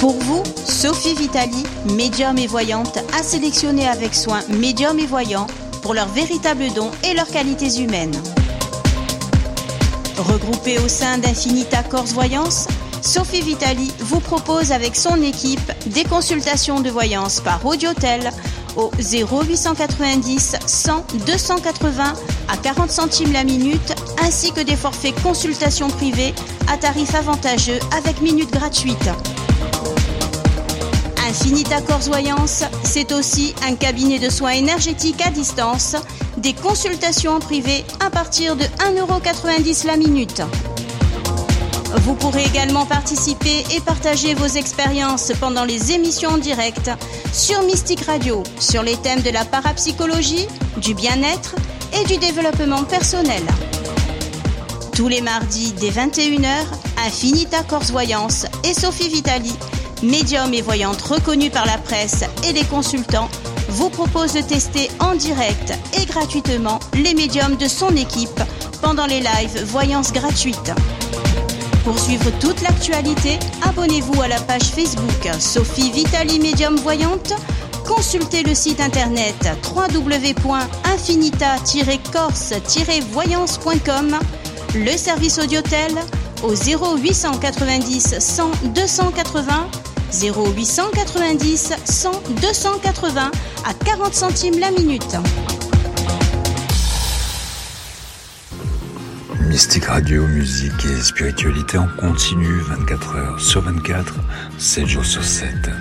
Pour vous, Sophie Vitali, médium et voyante, a sélectionné avec soin médiums et voyants pour leurs véritables dons et leurs qualités humaines. Regroupée au sein d'Infinita Corse Voyance, Sophie Vitali vous propose avec son équipe des consultations de voyance par audiotel au 0890 100 280 à 40 centimes la minute, ainsi que des forfaits consultations privées à tarif avantageux avec minutes gratuites. Infinita Corse Voyance, c'est aussi un cabinet de soins énergétiques à distance, des consultations en privé à partir de 1,90 € la minute. Vous pourrez également participer et partager vos expériences pendant les émissions en direct sur Mystique Radio, sur les thèmes de la parapsychologie, du bien-être et du développement personnel. Tous les mardis dès 21h, Infinita Corse Voyance et Sophie Vitali, médium et voyante reconnue par la presse et les consultants, vous propose de tester en direct et gratuitement les médiums de son équipe pendant les lives voyances gratuites. Pour suivre toute l'actualité, abonnez-vous à la page Facebook Sophie Vitali Médium Voyante, consultez le site internet www.infinita-corse-voyance.com, le service audiotel au 0890 100 280 0890 100 280 à 40 centimes la minute. Mystique Radio, musique et spiritualité en continu 24h sur 24, 7 jours sur 7.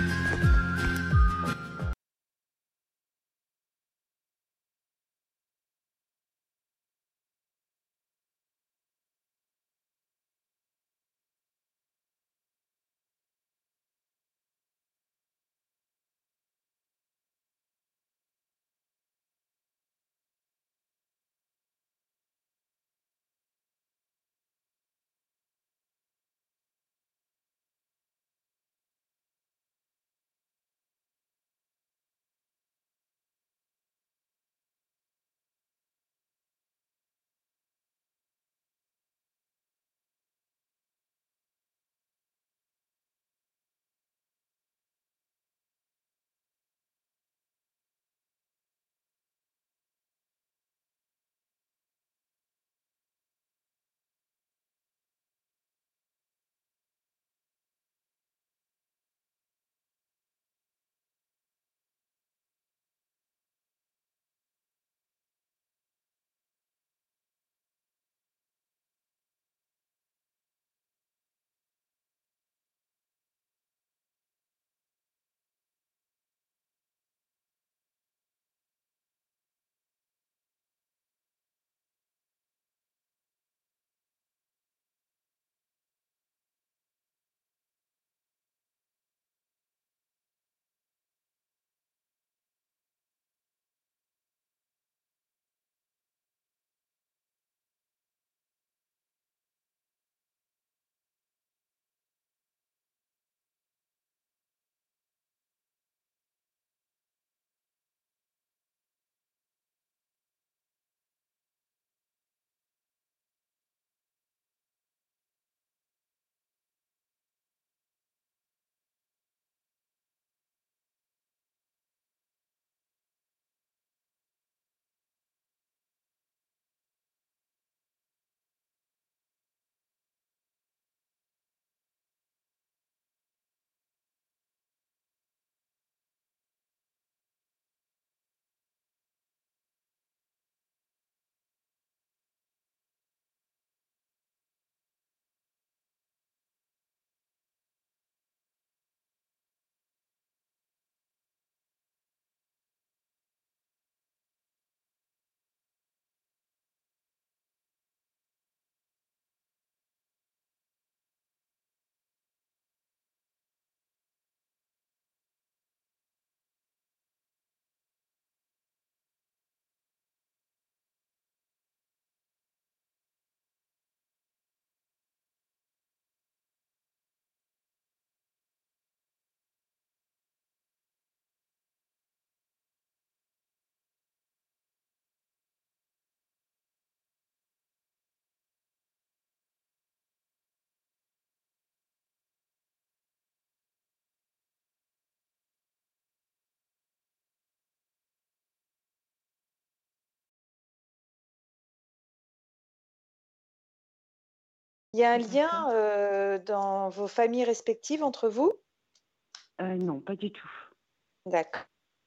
Il y a un D'accord. lien dans vos familles respectives entre vous? Non, pas du tout. D'accord.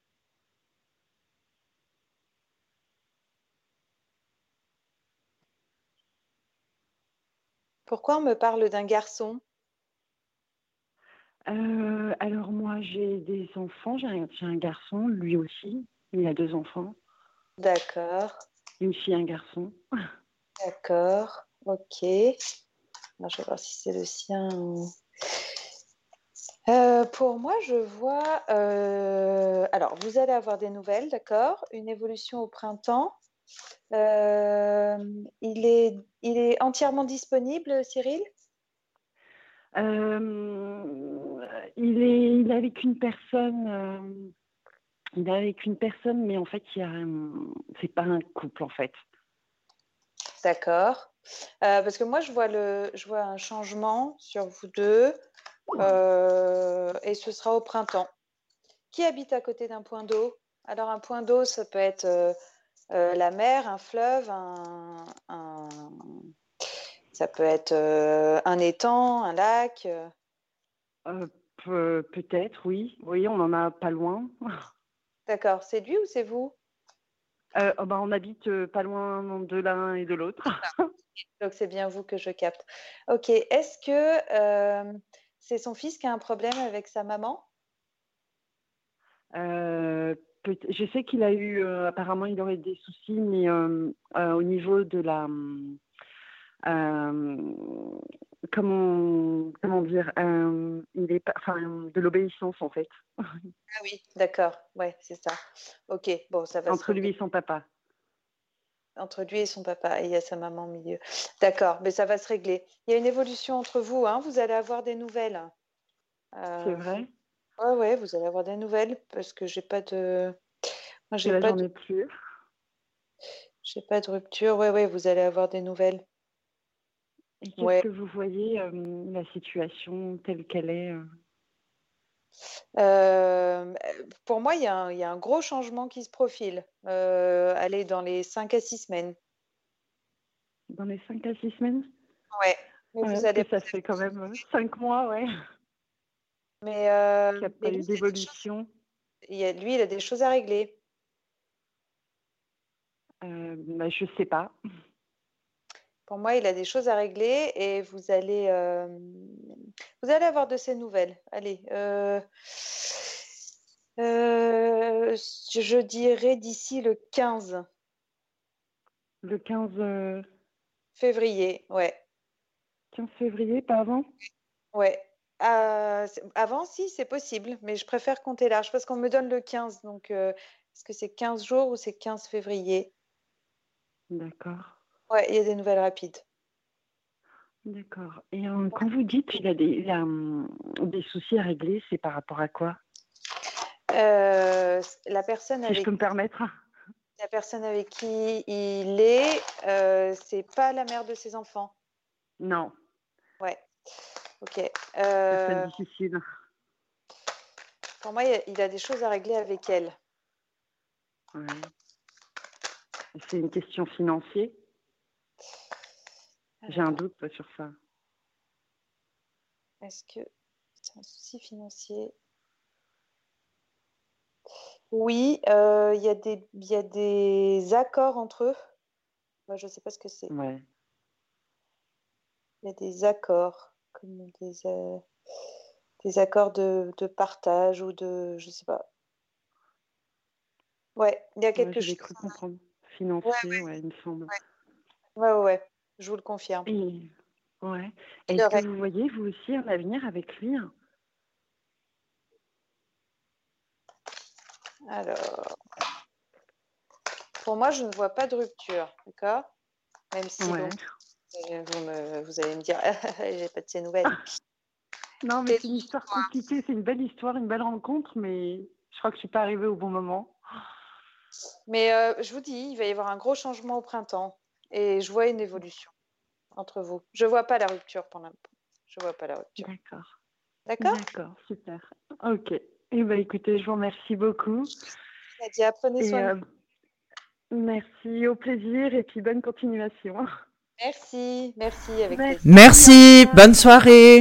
Pourquoi on me parle d'un garçon? Alors moi, j'ai des enfants. J'ai un garçon, lui aussi. Il a 2 enfants. D'accord, Une fille, un garçon. d'accord, ok. Alors, je vais voir si c'est le sien. Pour moi, je vois. Alors, vous allez avoir des nouvelles, d'accord? Une évolution au printemps. Euh, il est entièrement disponible, Cyril? Il est avec une personne. Il est avec une personne, mais en fait, c'est pas un couple, en fait. D'accord. Parce que moi, je vois un changement sur vous deux, et ce sera au printemps. Qui habite à côté d'un point d'eau? Alors, un point d'eau, ça peut être la mer, un fleuve, ça peut être un étang, un lac. Euh, Peut-être, oui. Oui, on en a pas loin. D'accord. C'est lui ou c'est vous? Oh, bah, on habite pas loin de l'un et de l'autre. Donc, c'est bien vous que je capte. Ok. Est-ce que c'est son fils qui a un problème avec sa maman? Je sais qu'il a eu, apparemment, il aurait des soucis, mais au niveau de la, euh, comment dire, il est pas, enfin, de l'obéissance en fait, Ah oui, d'accord. Ouais, c'est ça. Ok. Bon, ça va se entre lui régler et son papa. entre lui et son papa. Et il y a sa maman au milieu. D'accord. Mais ça va se régler. Il y a une évolution entre vous, hein. Vous allez avoir des nouvelles. C'est Euh, vous... vrai, Ouais, ouais, vous allez avoir des nouvelles parce que j'ai pas de. Moi, parce que là j'en ai plus. j'ai pas de rupture. Ouais, ouais, vous allez avoir des nouvelles. Et qu'est-ce Ouais. que vous voyez, la situation telle qu'elle est Euh, pour moi, il y a un gros changement qui se profile. Allez, dans les 5 à 6 semaines. dans les 5 à 6 semaines? Ouais. Mais Ouais, vous parce allez. que ça fait quand même 5 mois, ouais, qu'il n'y a Mais pas lui, eu d'évolution. lui, il a des choses à régler. Bah, je sais pas. Pour moi, il a des choses à régler et vous allez avoir de ses nouvelles. Allez, je dirais d'ici le 15 Le février. Ouais, 15 février, pas avant? ouais. Avant, si, c'est possible, mais je préfère compter large parce qu'on me donne le 15. Donc, est-ce que c'est 15 jours ou c'est 15 février? D'accord. Ouais, il y a des nouvelles rapides. D'accord. Et quand vous dites qu'il a des soucis à régler, c'est par rapport à quoi? La personne Si je avec peux me permettre. La personne avec qui il est, c'est pas la mère de ses enfants. Non, Ouais, ok. personne Euh, difficile. pour moi, il a des choses à régler avec elle. Ouais. C'est une question financière. J'ai un Alors, doute sur ça. est-ce que c'est un souci financier? Oui, il y a des accords entre eux. Moi, je ne sais pas ce que c'est. Ouais. Il y a des accords, comme des accords de partage ou de, je sais pas. Ouais, il y a Ouais, quelque j'avais chose. cru comprendre. Ouais, Financier, ouais, il me semble. ouais, ouais, ouais. Je vous le confirme. Et ouais. Il Est-ce que aurait. vous voyez vous aussi un avenir avec lui? Alors, pour moi, je ne vois pas de rupture, d'accord? Même si, bon, Ouais. vous allez me dire, j'ai pas de ces nouvelles. Non, mais C'est- c'est une histoire compliquée. C'est une belle histoire, une belle rencontre, mais je crois que je suis pas arrivée au bon moment. Mais je vous dis, il va y avoir un gros changement au printemps et je vois une évolution entre vous. Je vois pas la rupture pour l'instant. Je vois pas la rupture. D'accord. D'accord? D'accord, super. Ok. Eh ben, écoutez, je vous remercie beaucoup. Nadia, prenez Et soin de vous. merci, au plaisir, et puis bonne continuation. Merci, avec plaisir. Merci, bonne soirée.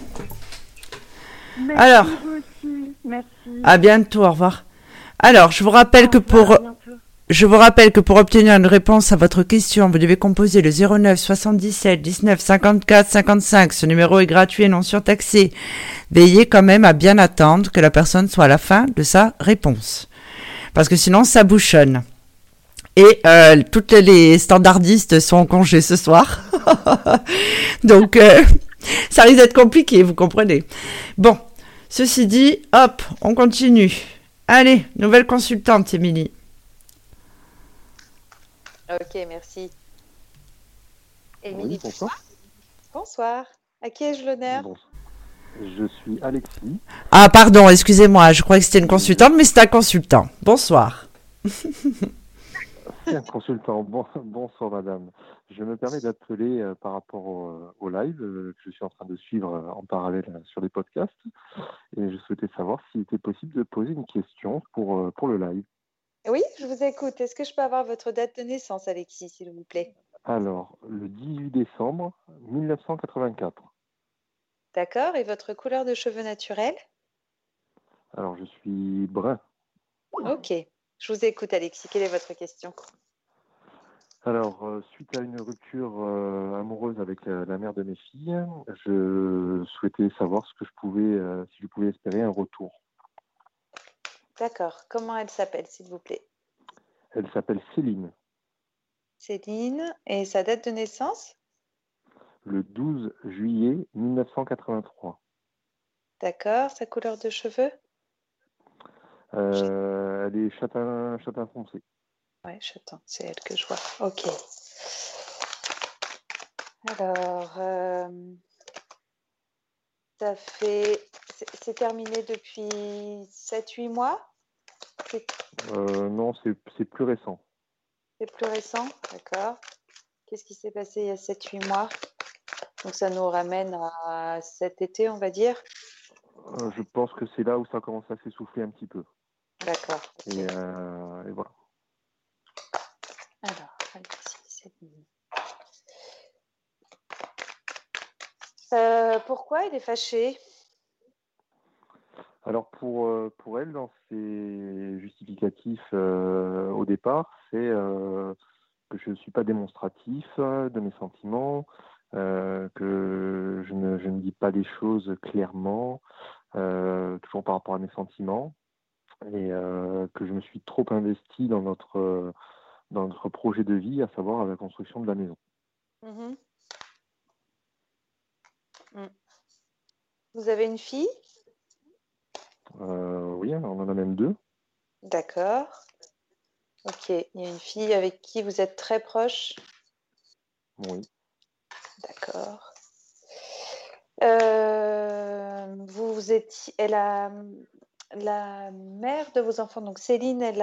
Merci Alors, vous aussi. Merci. à bientôt, au revoir. Alors, je vous Au rappelle que revoir, à pour obtenir une réponse à votre question, vous devez composer le 09 77 19 54 55. Ce numéro est gratuit et non surtaxé. Veillez quand même à bien attendre que la personne soit à la fin de sa réponse. Parce que sinon, ça bouchonne. Et toutes les standardistes sont en congé ce soir. Donc, ça risque d'être compliqué, vous comprenez. Bon, ceci dit, hop, on continue. Allez, nouvelle consultante, Émilie. Ok, merci. Émilie, Oui, bonsoir. bonsoir. À qui ai-je l'honneur? Je suis Alexis. Ah, pardon, excusez-moi, je croyais que c'était une consultante, mais c'est un consultant. Bonsoir. C'est un consultant. Bonsoir, madame. Je me permets d'appeler par rapport au live que je suis en train de suivre en parallèle sur les podcasts. Et je souhaitais savoir s'il était possible de poser une question pour le live. Oui, je vous écoute. Est-ce que je peux avoir votre date de naissance, Alexis, s'il vous plaît? Alors, le 18 décembre 1984. D'accord. Et votre couleur de cheveux naturelle? Alors, je suis brun. Ok. Je vous écoute, Alexis. Quelle est votre question? Alors, suite à une rupture amoureuse avec la mère de mes filles, je souhaitais savoir si je pouvais espérer un retour. D'accord. Comment elle s'appelle, s'il vous plaît? Elle s'appelle Céline. Céline. Et sa date de naissance? Le 12 juillet 1983. D'accord. Sa couleur de cheveux? Elle est châtain foncé. Ouais, j'attends. C'est elle que je vois. Ok. Alors, c'est terminé depuis 7-8 mois? Non, c'est plus récent. C'est plus récent? D'accord. Qu'est-ce qui s'est passé il y a 7-8 mois? Donc, ça nous ramène à cet été, on va dire. Je pense que c'est là où ça commence à s'essouffler un petit peu. D'accord. Ok. Et voilà. Alors, Alexis, Céline. Pourquoi il est fâché? Alors pour elle, dans ses justificatifs au départ, c'est que je ne suis pas démonstratif de mes sentiments, que je ne dis pas les choses clairement, toujours par rapport à mes sentiments, et que je me suis trop investi dans notre projet de vie, à savoir la construction de la maison. Mhm. Vous avez une fille? Oui, on en a même deux. D'accord. Ok. Il y a une fille avec qui vous êtes très proche? Oui. D'accord. Vous étiez, la mère de vos enfants, donc Céline, elle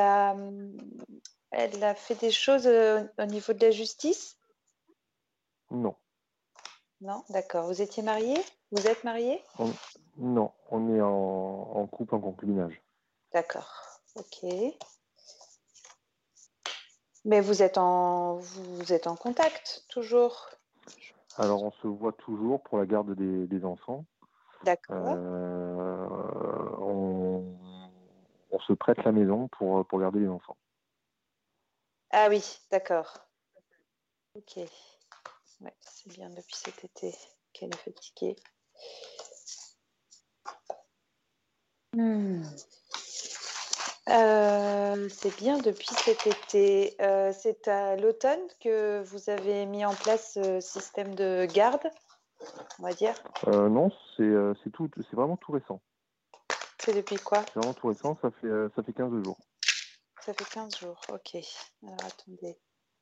a fait des choses au niveau de la justice? Non. Non, d'accord. Vous étiez mariés? Vous êtes mariés? Non, on est en couple, en concubinage. D'accord. Ok. Mais vous êtes en contact toujours? Alors, on se voit toujours pour la garde des enfants. D'accord. On se prête la maison pour garder les enfants. Ah oui, d'accord. Ok. Ouais, c'est bien depuis cet été qu'elle est fatiguée. C'est bien depuis cet été. C'est à l'automne que vous avez mis en place ce système de garde, on va dire. Non, c'est vraiment tout récent. C'est depuis quoi? C'est vraiment tout récent, ça fait 15 jours. Ça fait 15 jours, ok. Alors attendez.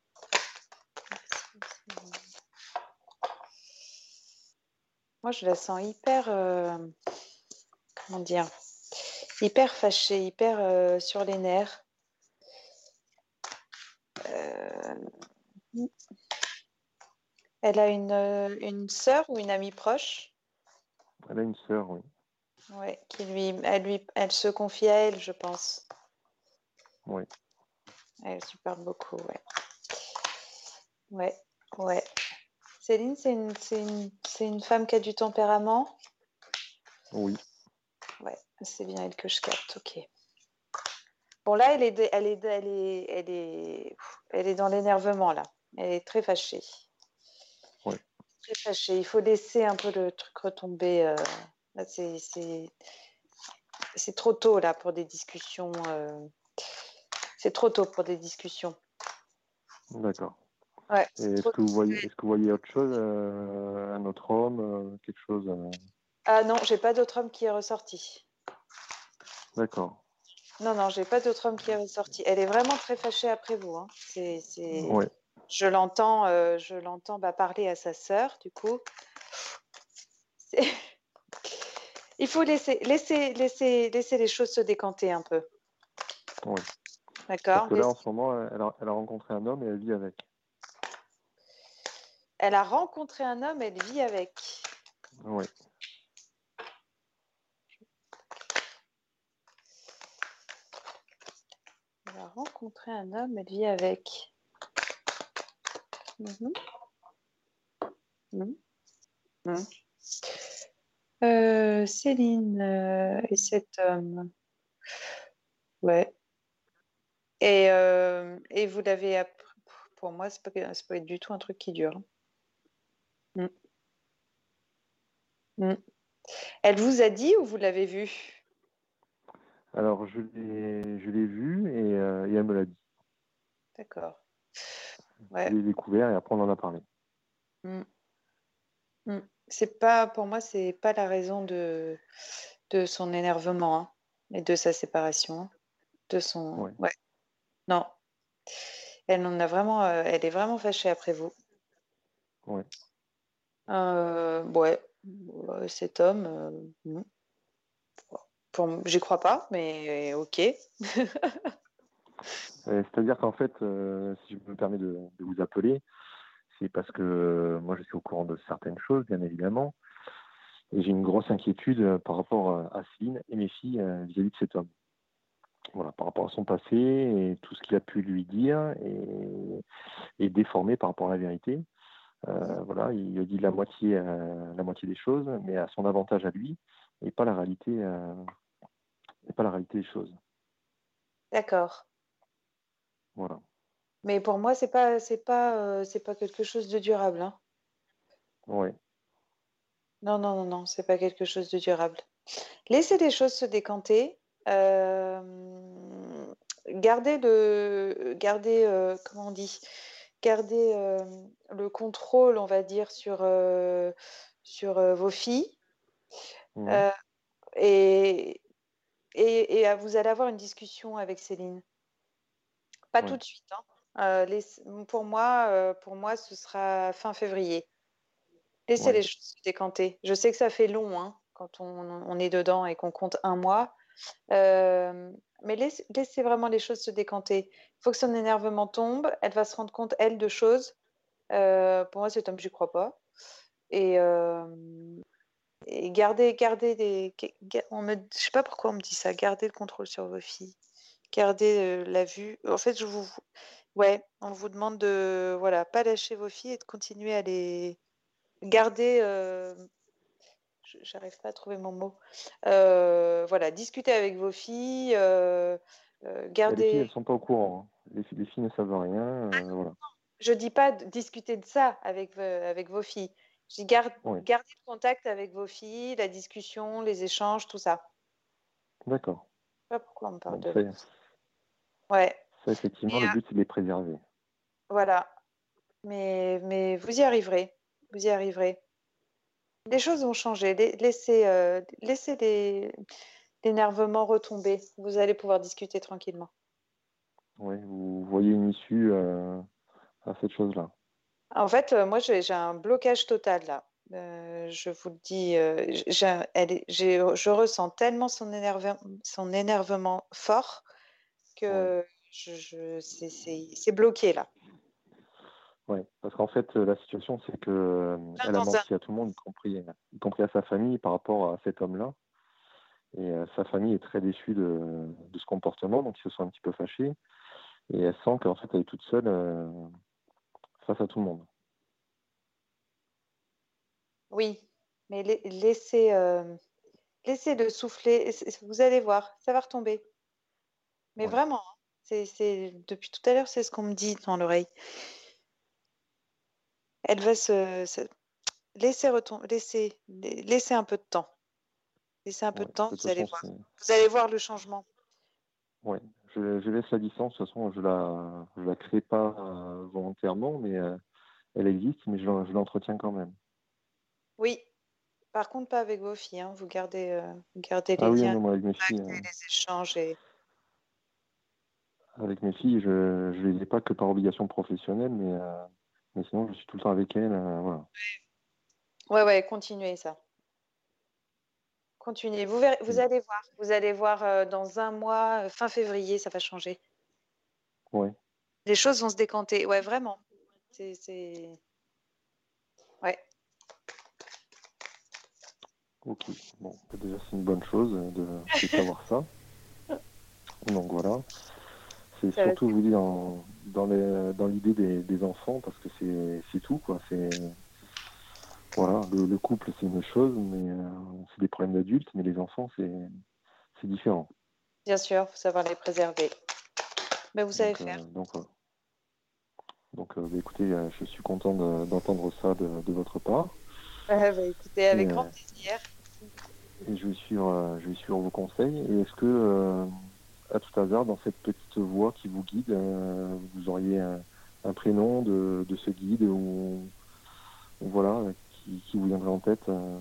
Moi, je la sens hyper, comment dire, hyper fâchée, hyper sur les nerfs. Elle a une sœur ou une amie proche? Elle a une sœur, oui. Ouais, elle se confie à elle, je pense. Oui. Elle lui parle beaucoup, ouais. Ouais, ouais. Céline, c'est une femme qui a du tempérament. Oui. Ouais, c'est bien elle que je capte, ok. Bon, là, elle est dans l'énervement, là. Elle est très fâchée. Ouais. Très fâchée. Il faut laisser un peu le truc retomber. Là, c'est trop tôt, là, pour des discussions. C'est trop tôt pour des discussions. D'accord. Ouais, Et est-ce que vous voyez autre chose, un autre homme, quelque chose Ah non, j'ai pas d'autre homme qui est ressorti. D'accord. Non, j'ai pas d'autre homme qui est ressorti. Elle est vraiment très fâchée après vous. Hein. Ouais. Je l'entends parler à sa sœur, du coup. Il faut laisser les choses se décanter un peu. Ouais. D'accord. Parce que là, en ce moment, elle a rencontré un homme et elle vit avec. Elle a rencontré un homme, elle vit avec. Oui. Elle a rencontré un homme, elle vit avec. Mhm. Mhm. Mhm. Céline et cet homme. Ouais. Et vous l'avez appris. Pour moi, c'est pas du tout un truc qui dure. Mm. Mm. Elle vous a dit ou vous l'avez vu? Alors, je l'ai vu et elle me l'a dit. D'accord. Je Ouais. l'ai découvert et après, on en a parlé. Mm. Mm. C'est pas, pour moi, c'est pas la raison de son énervement hein, et de sa séparation. Hein, de son. Ouais. Ouais. Non. Elle en a vraiment. Elle est vraiment fâchée après vous. Ouais. Ouais. Cet homme. J'y crois pas, mais ok. C'est-à-dire qu'en fait, si je me permets de vous appeler, c'est parce que moi, je suis au courant de certaines choses, bien évidemment, et j'ai une grosse inquiétude par rapport à Céline et mes filles vis-à-vis de cet homme. Voilà, par rapport à son passé et tout ce qu'il a pu lui dire et déformé par rapport à la vérité. Voilà, il a dit la moitié des choses, mais à son avantage à lui, et pas la réalité, des choses. D'accord. Voilà. Mais pour moi, c'est pas quelque chose de durable. Hein. Ouais. Non, c'est pas quelque chose de durable. Laissez les choses se décanter. Euh, comment on dit? Gardez le contrôle, on va dire, sur vos filles. Mhm. Euh, et vous allez avoir une discussion avec Céline. Pas tout Ouais. de suite. Hein. Pour moi, ce sera fin février. Laissez Ouais. les choses se décanter. Je sais que ça fait long hein, quand on est dedans et qu'on compte un mois. Mais laissez vraiment les choses se décanter. Il faut que son énervement tombe. Elle va se rendre compte, elle, de choses. Pour moi, cet homme, j'y crois pas. Et, gardez je sais pas pourquoi on me dit ça. Gardez le contrôle sur vos filles. Gardez la vue. En fait, ouais, on vous demande de, voilà, pas lâcher vos filles et de continuer à les garder. J'arrive pas à trouver mon mot. Voilà, discutez avec vos filles. Et les filles, elles Gardez. sont pas au courant. Hein. Les filles ne savent rien. Voilà. Je dis pas de discuter de ça avec vos filles. Je dis Ouais. gardez le contact avec vos filles, la discussion, les échanges, tout ça. D'accord. Je sais pas pourquoi on me parle Bon, de. ça, Ouais. effectivement, Mais, le but, c'est de les préserver. voilà. Mais vous y arriverez. Vous y arriverez. Les choses vont changer. Laissez l'énervement retomber. Vous allez pouvoir discuter tranquillement. Oui, vous voyez une issue à cette chose-là. En fait, moi, j'ai un blocage total là. Je vous le dis, je ressens tellement son énervement fort Ouais. que c'est bloqué là. Ouais. Parce qu'en fait, la situation, c'est que elle a Dans un- menti à tout le monde, y compris à sa famille par rapport à cet homme-là. Et sa famille est très déçue de ce comportement, donc ils se sont un petit peu fâchés. Et elle sent qu'en fait, elle est toute seule face à tout le monde. Oui, mais laissez-le souffler. Vous allez voir, ça va retomber. Mais Ouais. vraiment, hein, depuis tout à l'heure, c'est ce qu'on me dit dans l'oreille. Elle va laissez retomber, laissez un peu de temps. Laissez un peu Ouais. de temps, De toute vous allez façon, voir. Vous allez voir le changement. ouais. Je laisse la distance. De toute façon, je la crée pas volontairement, mais elle existe, mais je l'entretiens quand même. Oui, par contre, pas avec vos filles, hein. Vous gardez Ah les oui, liens, non, moi, avec mes filles, les échanges. je les ai pas que par obligation professionnelle, mais sinon, je suis tout le temps avec elles. Voilà. Ouais, continuez ça. Continuez. Vous allez voir. Vous allez voir dans un mois, fin février, ça va changer. Ouais. Les choses vont se décanter. Ouais, vraiment. Ouais. Ok. Bon, déjà, c'est une bonne chose de savoir ça. Donc voilà. C'est Ça va surtout, je vous dis, dans l'idée des enfants, parce que c'est tout, quoi. Voilà, le couple, c'est une chose, mais c'est des problèmes d'adultes, mais les enfants, c'est différent. Bien sûr, faut savoir les préserver. Mais vous savez faire. Voilà. Donc, écoutez, je suis content d'entendre ça de votre part. Écoutez, avec grand plaisir. Et je vais suivre vos conseils. Et est-ce que, à tout hasard, dans cette petite voix qui vous guide, vous auriez un prénom de ce guide ou voilà, qui vous viendrait en tête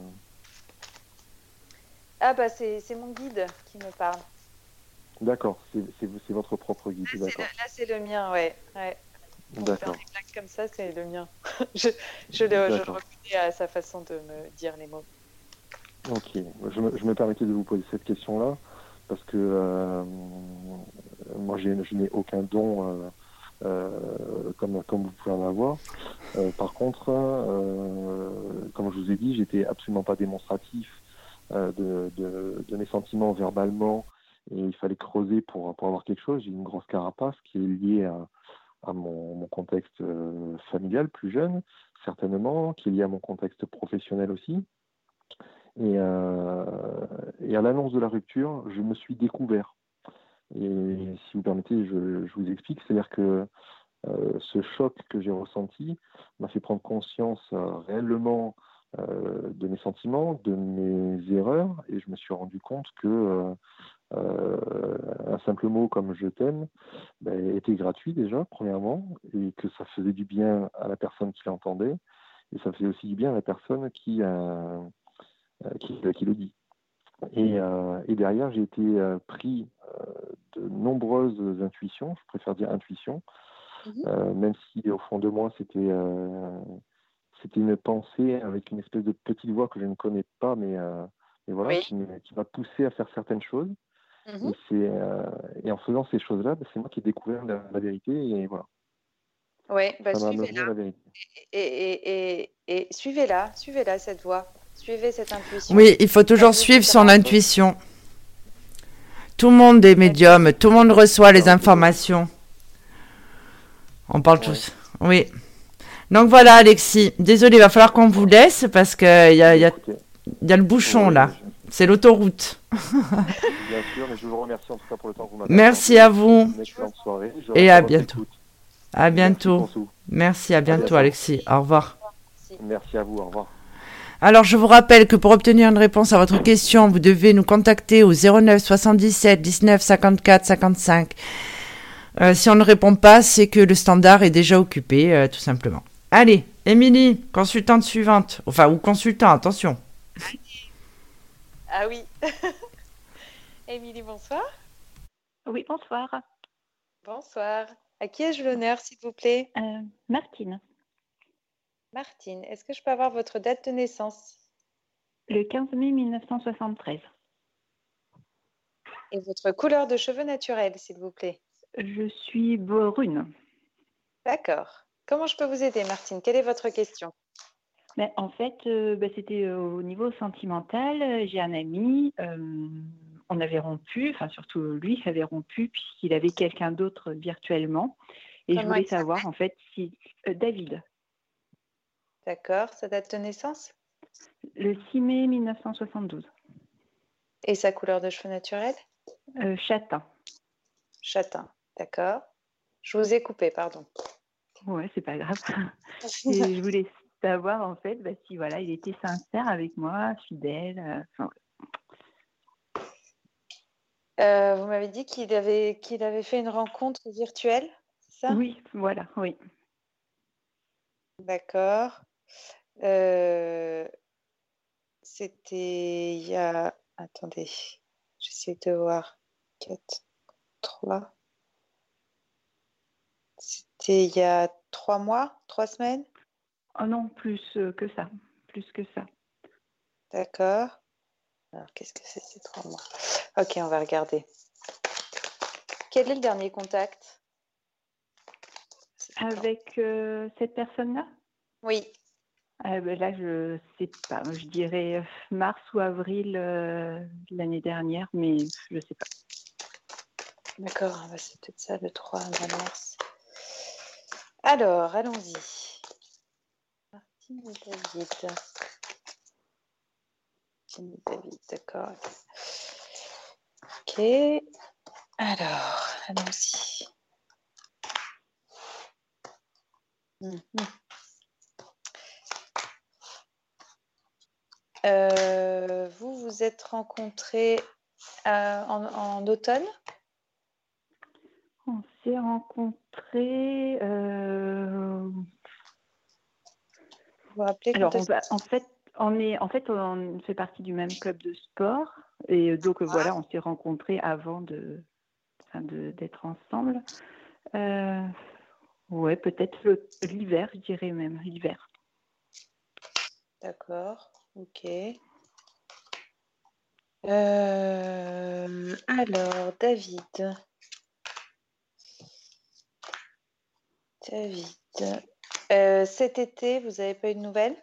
Ah bah c'est mon guide qui me parle. D'accord, c'est votre propre guide, d'accord. Là c'est le mien, ouais. D'accord. Des blagues comme ça, c'est le mien. je le reconnais à sa façon de me dire les mots. Ok, je me permettais de vous poser cette question-là parce que moi je n'ai aucun don comme vous pouvez en avoir. Par contre, comme je vous ai dit, j'étais absolument pas démonstratif de mes sentiments verbalement et il fallait creuser pour avoir quelque chose. J'ai une grosse carapace qui est liée à mon contexte familial plus jeune, certainement, qui est liée à mon contexte professionnel aussi. Et à l'annonce de la rupture, je me suis découvert. Et si vous permettez, je vous explique. C'est-à-dire que ce choc que j'ai ressenti m'a fait prendre conscience réellement de mes sentiments, de mes erreurs, et je me suis rendu compte que un simple mot comme je t'aime était gratuit déjà, premièrement, et que ça faisait du bien à la personne qui l'entendait, et ça faisait aussi du bien à la personne qui le dit. Et derrière, j'ai été pris de nombreuses intuitions, je préfère dire intuitions, même si au fond de moi, c'était une pensée avec une espèce de petite voix que je ne connais pas, mais voilà, qui m'a poussé à faire certaines choses. Et en faisant ces choses-là, c'est moi qui ai découvert la vérité, et voilà. Oui, ça m'a amené à la vérité. Et suivez-la, cette voix. Suivez cette intuition. Oui, il faut toujours suivre son intuition. Tout le monde est médium, tout le monde reçoit les informations. On parle tous. Oui. Donc voilà, Alexis. Désolé, il va falloir qu'on vous laisse parce qu'il y a le bouchon là. C'est l'autoroute. Bien sûr, mais je vous remercie en tout cas pour le temps que vous m'avez Merci à vous. Une excellente soirée. Et à bientôt. À bientôt. Merci, à bientôt, Alexis. Au revoir. Merci à vous, au revoir. Alors, je vous rappelle que pour obtenir une réponse à votre question, vous devez nous contacter au 09 77 19 54 55. Si on ne répond pas, c'est que le standard est déjà occupé, tout simplement. Allez, Émilie, consultante suivante. Enfin, ou consultant, attention. Ah oui. Émilie, bonsoir. Oui, bonsoir. Bonsoir. À qui ai-je l'honneur, s'il vous plaît? Martine. Martine, est-ce que je peux avoir votre date de naissance? Le 15 mai 1973. Et votre couleur de cheveux naturelle, s'il vous plaît? Je suis brune. D'accord. Comment je peux vous aider, Martine? Quelle est votre question? En fait, c'était au niveau sentimental. J'ai un ami, on avait rompu, enfin surtout lui avait rompu puisqu'il avait quelqu'un d'autre virtuellement. Et je voulais savoir en fait si David. D'accord. Sa date de naissance? Le 6 mai 1972. Et sa couleur de cheveux naturelle? Châtain. Châtain, d'accord. Je vous ai coupé, pardon. Ouais, c'est pas grave. Et je voulais savoir en fait si voilà, il était sincère avec moi, fidèle. Vous m'avez dit qu'il avait fait une rencontre virtuelle, c'est ça? Oui, voilà, oui. D'accord. C'était il y a... Attendez, j'essaie de voir. 4, 3. C'était il y a 3 mois, 3 semaines? Oh non, plus que ça. Plus que ça. D'accord. Alors, qu'est-ce que c'est ces 3 mois? Ok, on va regarder. Quel est le dernier contact? Avec cette personne-là? Oui. Là, je sais pas. Je dirais mars ou avril l'année dernière, mais je sais pas. D'accord, c'est peut-être ça le 3 mars. Alors, allons-y. Martine et David. Martine et David, d'accord. Ok. Alors, allons-y. Vous vous êtes rencontrés en automne? On s'est rencontrés. Vous vous rappelez Alors, quand en fait, on fait partie du même club de sport. Et donc, voilà, on s'est rencontrés avant d'être ensemble. Ouais, peut-être l'hiver, je dirais même, l'hiver. D'accord, ok. Alors, David. Cet été, vous n'avez pas eu de nouvelles?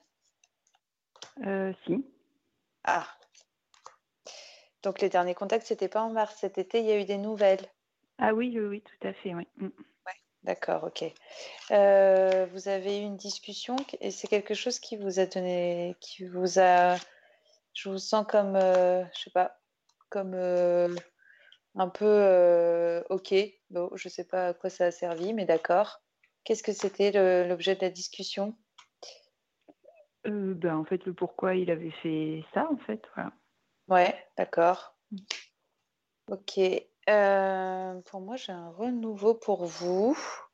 Si. Ah. Donc, les derniers contacts, c'était pas en mars. Cet été, il y a eu des nouvelles. Ah oui, oui, tout à fait, oui. Ouais, d'accord, ok. Vous avez eu une discussion et c'est quelque chose qui vous a donné, je vous sens comme, je sais pas, comme un peu ok. Bon, je sais pas à quoi ça a servi, mais d'accord. Qu'est-ce que c'était l'objet de la discussion? En fait, le pourquoi il avait fait ça, en fait, voilà. Ouais, d'accord. Ok. Pour moi, j'ai un renouveau pour vous.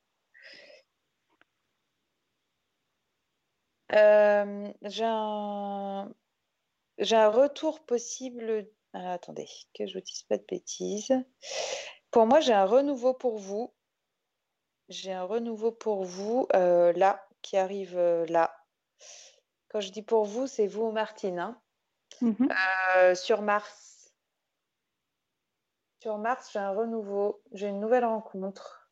J'ai un retour possible. Ah, attendez, que je ne dise pas de bêtises. Pour moi, j'ai un renouveau pour vous. J'ai un renouveau pour vous là, qui arrive là. Quand je dis pour vous, c'est vous, Martine. Hein. Sur Mars. Sur Mars, j'ai un renouveau. J'ai une nouvelle rencontre.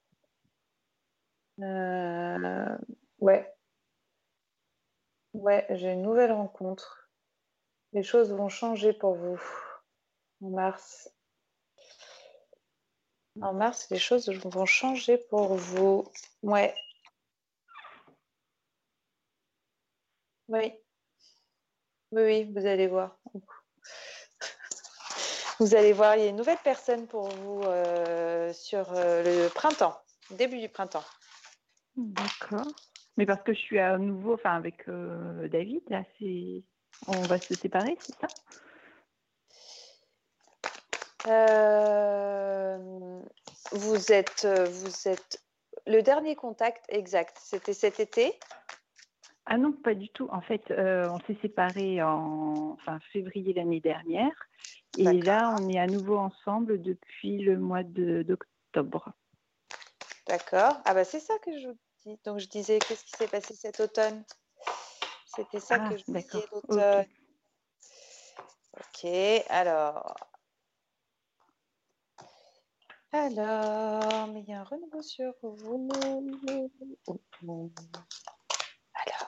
Ouais. Ouais, j'ai une nouvelle rencontre. Les choses vont changer pour vous en mars. En mars, les choses vont changer pour vous. Ouais. Oui. Oui, oui, vous allez voir. Vous allez voir, il y a une nouvelle personne pour vous sur le printemps, début du printemps. D'accord. Mais parce que je suis à nouveau, enfin avec David, là, on va se séparer, c'est ça? Vous êtes le dernier contact exact, c'était cet été? Ah non, pas du tout. En fait, on s'est séparés en février l'année dernière. Et D'accord. là, on est à nouveau ensemble depuis le mois d'octobre. D'accord. Ah bah c'est ça que je vous dis. Donc je disais, qu'est-ce qui s'est passé cet automne? C'était ça que je disais l'automne. Ok, alors, mais il y a un renouveau sur vous. Alors,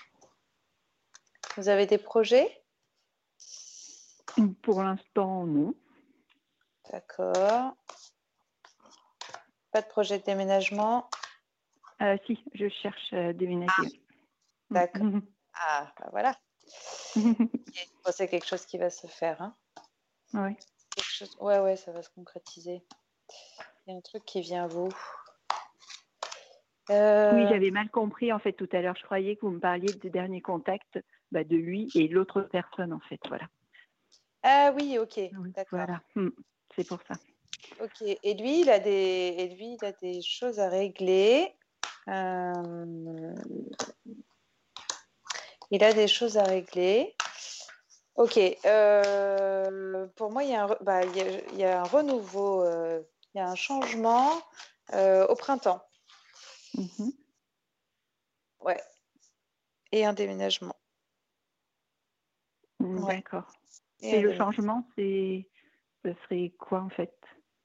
vous avez des projets? Pour l'instant, non. D'accord. Pas de projet de déménagement? Si, je cherche à déménager. D'accord. Ah, bah voilà. Bon, c'est quelque chose qui va se faire. Hein. Oui. Ouais, ça va se concrétiser. Il y a un truc qui vient à vous. Oui, j'avais mal compris en fait tout à l'heure. Je croyais que vous me parliez des derniers contacts de lui et l'autre personne en fait. Voilà. Ah oui, ok. Oui, D'accord. voilà. C'est pour ça. Ok. Et lui, il a des choses à régler. Il a des choses à régler. Ok. Pour moi, il y a un renouveau, il y a un changement au printemps. Mhm. Ouais. Et un déménagement. Ouais. D'accord. Et Et un le déménagement. changement, ce serait quoi en fait?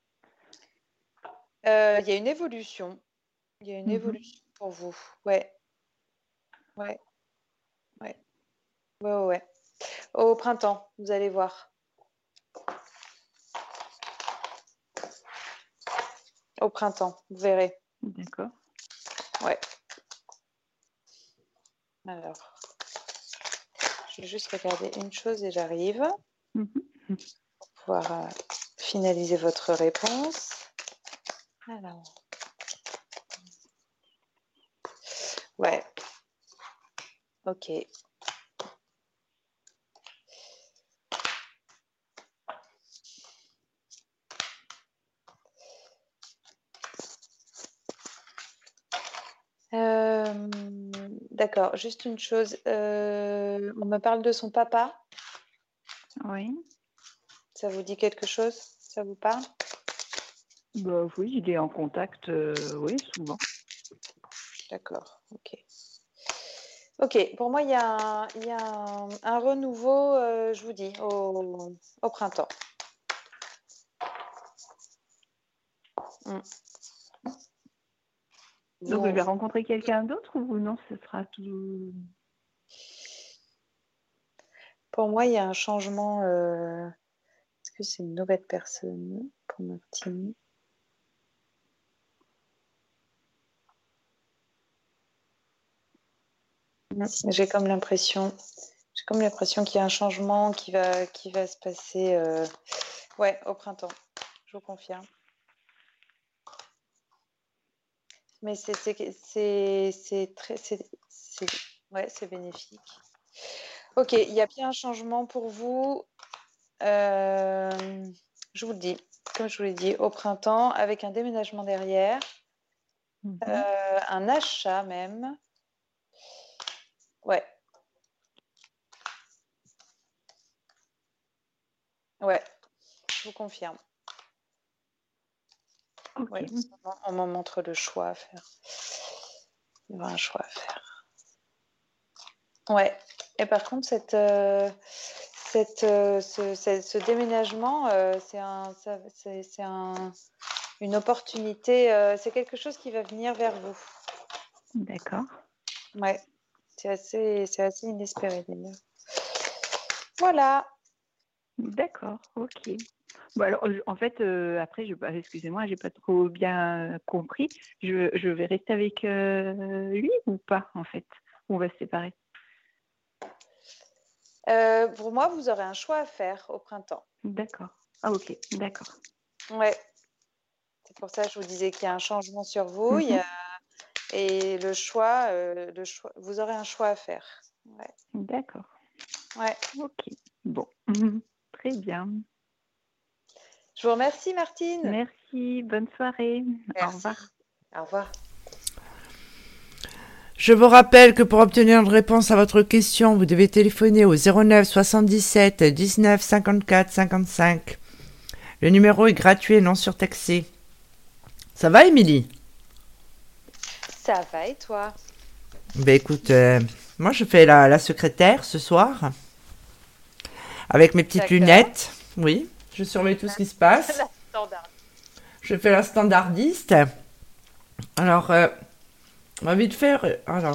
Il y a une évolution. Il y a une Mhm. évolution pour vous. Ouais. Au printemps, vous allez voir. Au printemps, vous verrez. D'accord. Ouais. Alors, je vais juste regarder une chose et j'arrive Mhm. pour pouvoir finaliser votre réponse. Alors. Ouais. Ok. D'accord, juste une chose. On me parle de son papa. Oui. Ça vous dit quelque chose? Ça vous parle? Oui, il est en contact, oui, souvent. D'accord, ok. Ok, pour moi, il y a un renouveau, je vous dis, au printemps. Donc, il va rencontrer quelqu'un d'autre ou non, ce sera tout... Pour moi, il y a un changement. Est-ce que c'est une nouvelle personne pour Martine? J'ai comme l'impression qu'il y a un changement qui va se passer ouais, au printemps. Je vous confirme. Mais c'est bénéfique. Ok, il y a bien un changement pour vous. Je vous le dis, comme je vous l'ai dit, au printemps, avec un déménagement derrière, un achat même. Ouais. Ouais, je vous confirme. Ok. Ouais, on m'en montre le choix à faire. Il y aura un choix à faire. Ouais. Et par contre, ce déménagement, c'est une opportunité. C'est quelque chose qui va venir vers vous. D'accord. Ouais. C'est assez inespéré d'ailleurs. Voilà. D'accord, ok. Bon, alors, en fait, après, excusez-moi, j'ai pas trop bien compris. Je vais rester avec lui ou pas, en fait? Ou on va se séparer? Pour moi, vous aurez un choix à faire au printemps. D'accord. Ah, ok, d'accord. Ouais. C'est pour ça que je vous disais qu'il y a un changement sur vous. Et le choix, vous aurez un choix à faire. Ouais. D'accord. Ouais. Ok. Bon. Très bien. Je vous remercie, Martine. Merci. Bonne soirée. Merci. Au revoir. Au revoir. Je vous rappelle que pour obtenir une réponse à votre question, vous devez téléphoner au 09 77 19 54 55. Le numéro est gratuit et non surtaxé. Ça va, Émilie? Ça va et toi? Ben écoute, moi je fais la secrétaire ce soir. Avec mes petites lunettes. Oui, je surveille tout ce qui se passe. La standard. Je fais la standardiste. Alors, on va vite faire.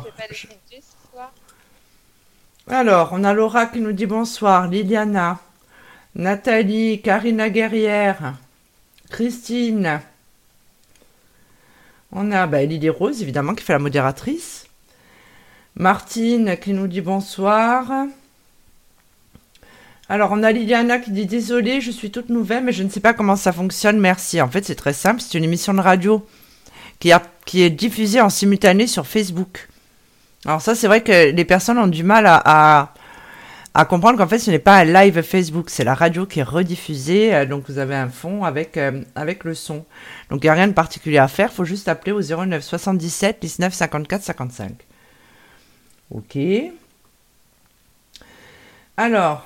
Alors, on a Laura qui nous dit bonsoir, Liliana, Nathalie, Karina Guerrière, Christine. On a Lily Rose, évidemment, qui fait la modératrice. Martine qui nous dit bonsoir. Alors, on a Liliana qui dit « Désolée, je suis toute nouvelle, mais je ne sais pas comment ça fonctionne, merci. » En fait, c'est très simple, c'est une émission de radio qui est diffusée en simultané sur Facebook. Alors ça, c'est vrai que les personnes ont du mal à comprendre qu'en fait, ce n'est pas un live Facebook, c'est la radio qui est rediffusée, donc vous avez un fond avec le son. Donc, il n'y a rien de particulier à faire, il faut juste appeler au 09 77 19 54 55. Ok. Alors...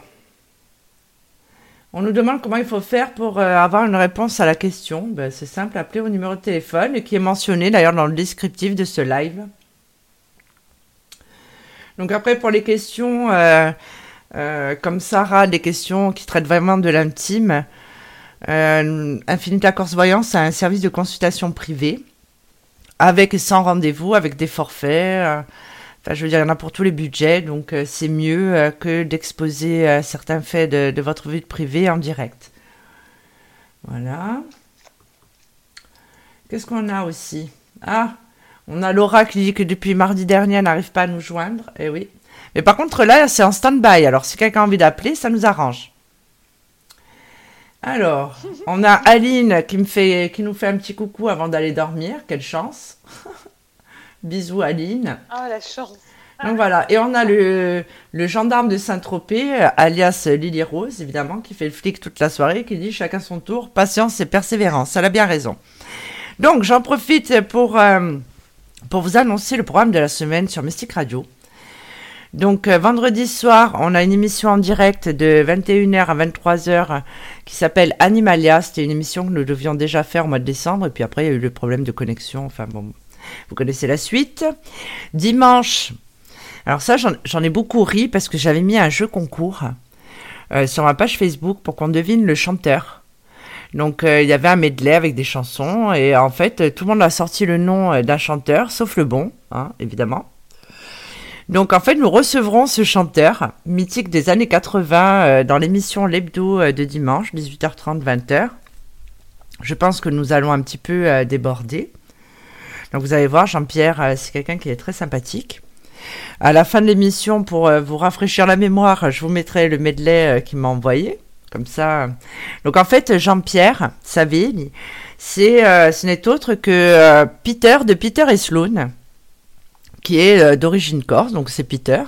On nous demande comment il faut faire pour avoir une réponse à la question. Ben, c'est simple, appelez au numéro de téléphone qui est mentionné d'ailleurs dans le descriptif de ce live. Donc après, pour les questions comme Sarah, des questions qui traitent vraiment de l'intime, Infinita Corse Voyance a un service de consultation privée avec et sans rendez-vous, avec des forfaits. Enfin, je veux dire, il y en a pour tous les budgets, donc c'est mieux que d'exposer certains faits de votre vie privée en direct. Voilà. Qu'est-ce qu'on a aussi? Ah, on a Laura qui dit que depuis mardi dernier, elle n'arrive pas à nous joindre. Eh oui. Mais par contre, là, c'est en stand-by. Alors, si quelqu'un a envie d'appeler, ça nous arrange. Alors, on a Aline qui nous fait un petit coucou avant d'aller dormir. Quelle chance. Bisous Aline. Oh la chance. Donc voilà, et on a le gendarme de Saint-Tropez, alias Lily Rose, évidemment, qui fait le flic toute la soirée, qui dit chacun son tour, patience et persévérance. Elle a bien raison. Donc j'en profite pour vous annoncer le programme de la semaine sur Mystique Radio. Donc vendredi soir, on a une émission en direct de 21h à 23h qui s'appelle Animalia. C'était une émission que nous devions déjà faire au mois de décembre, et puis après il y a eu le problème de connexion, enfin bon... Vous connaissez la suite. Dimanche, alors ça, j'en ai beaucoup ri parce que j'avais mis un jeu concours sur ma page Facebook pour qu'on devine le chanteur. Donc, il y avait un medley avec des chansons et en fait, tout le monde a sorti le nom d'un chanteur, sauf le bon, hein, évidemment. Donc, en fait, nous recevrons ce chanteur mythique des années 80 dans l'émission L'Hebdo de dimanche, 18h30, 20h. Je pense que nous allons un petit peu déborder. Donc vous allez voir, Jean-Pierre, c'est quelqu'un qui est très sympathique. À la fin de l'émission, pour vous rafraîchir la mémoire, je vous mettrai le medley qu'il m'a envoyé. Comme ça. Donc en fait, Jean-Pierre Savelli, ce n'est autre que Peter de Peter et Sloan, qui est d'origine corse, donc c'est Peter.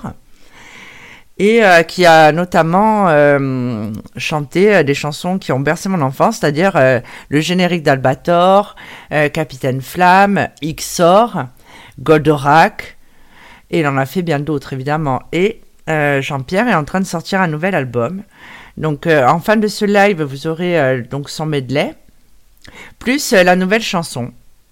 Et qui a notamment chanté des chansons qui ont bercé mon enfance, c'est-à-dire le générique d'Albator, Capitaine Flamme, XOR, Goldorak, et il en a fait bien d'autres évidemment. Et Jean-Pierre est en train de sortir un nouvel album. Donc en fin de ce live, vous aurez donc son medley, plus la nouvelle chanson,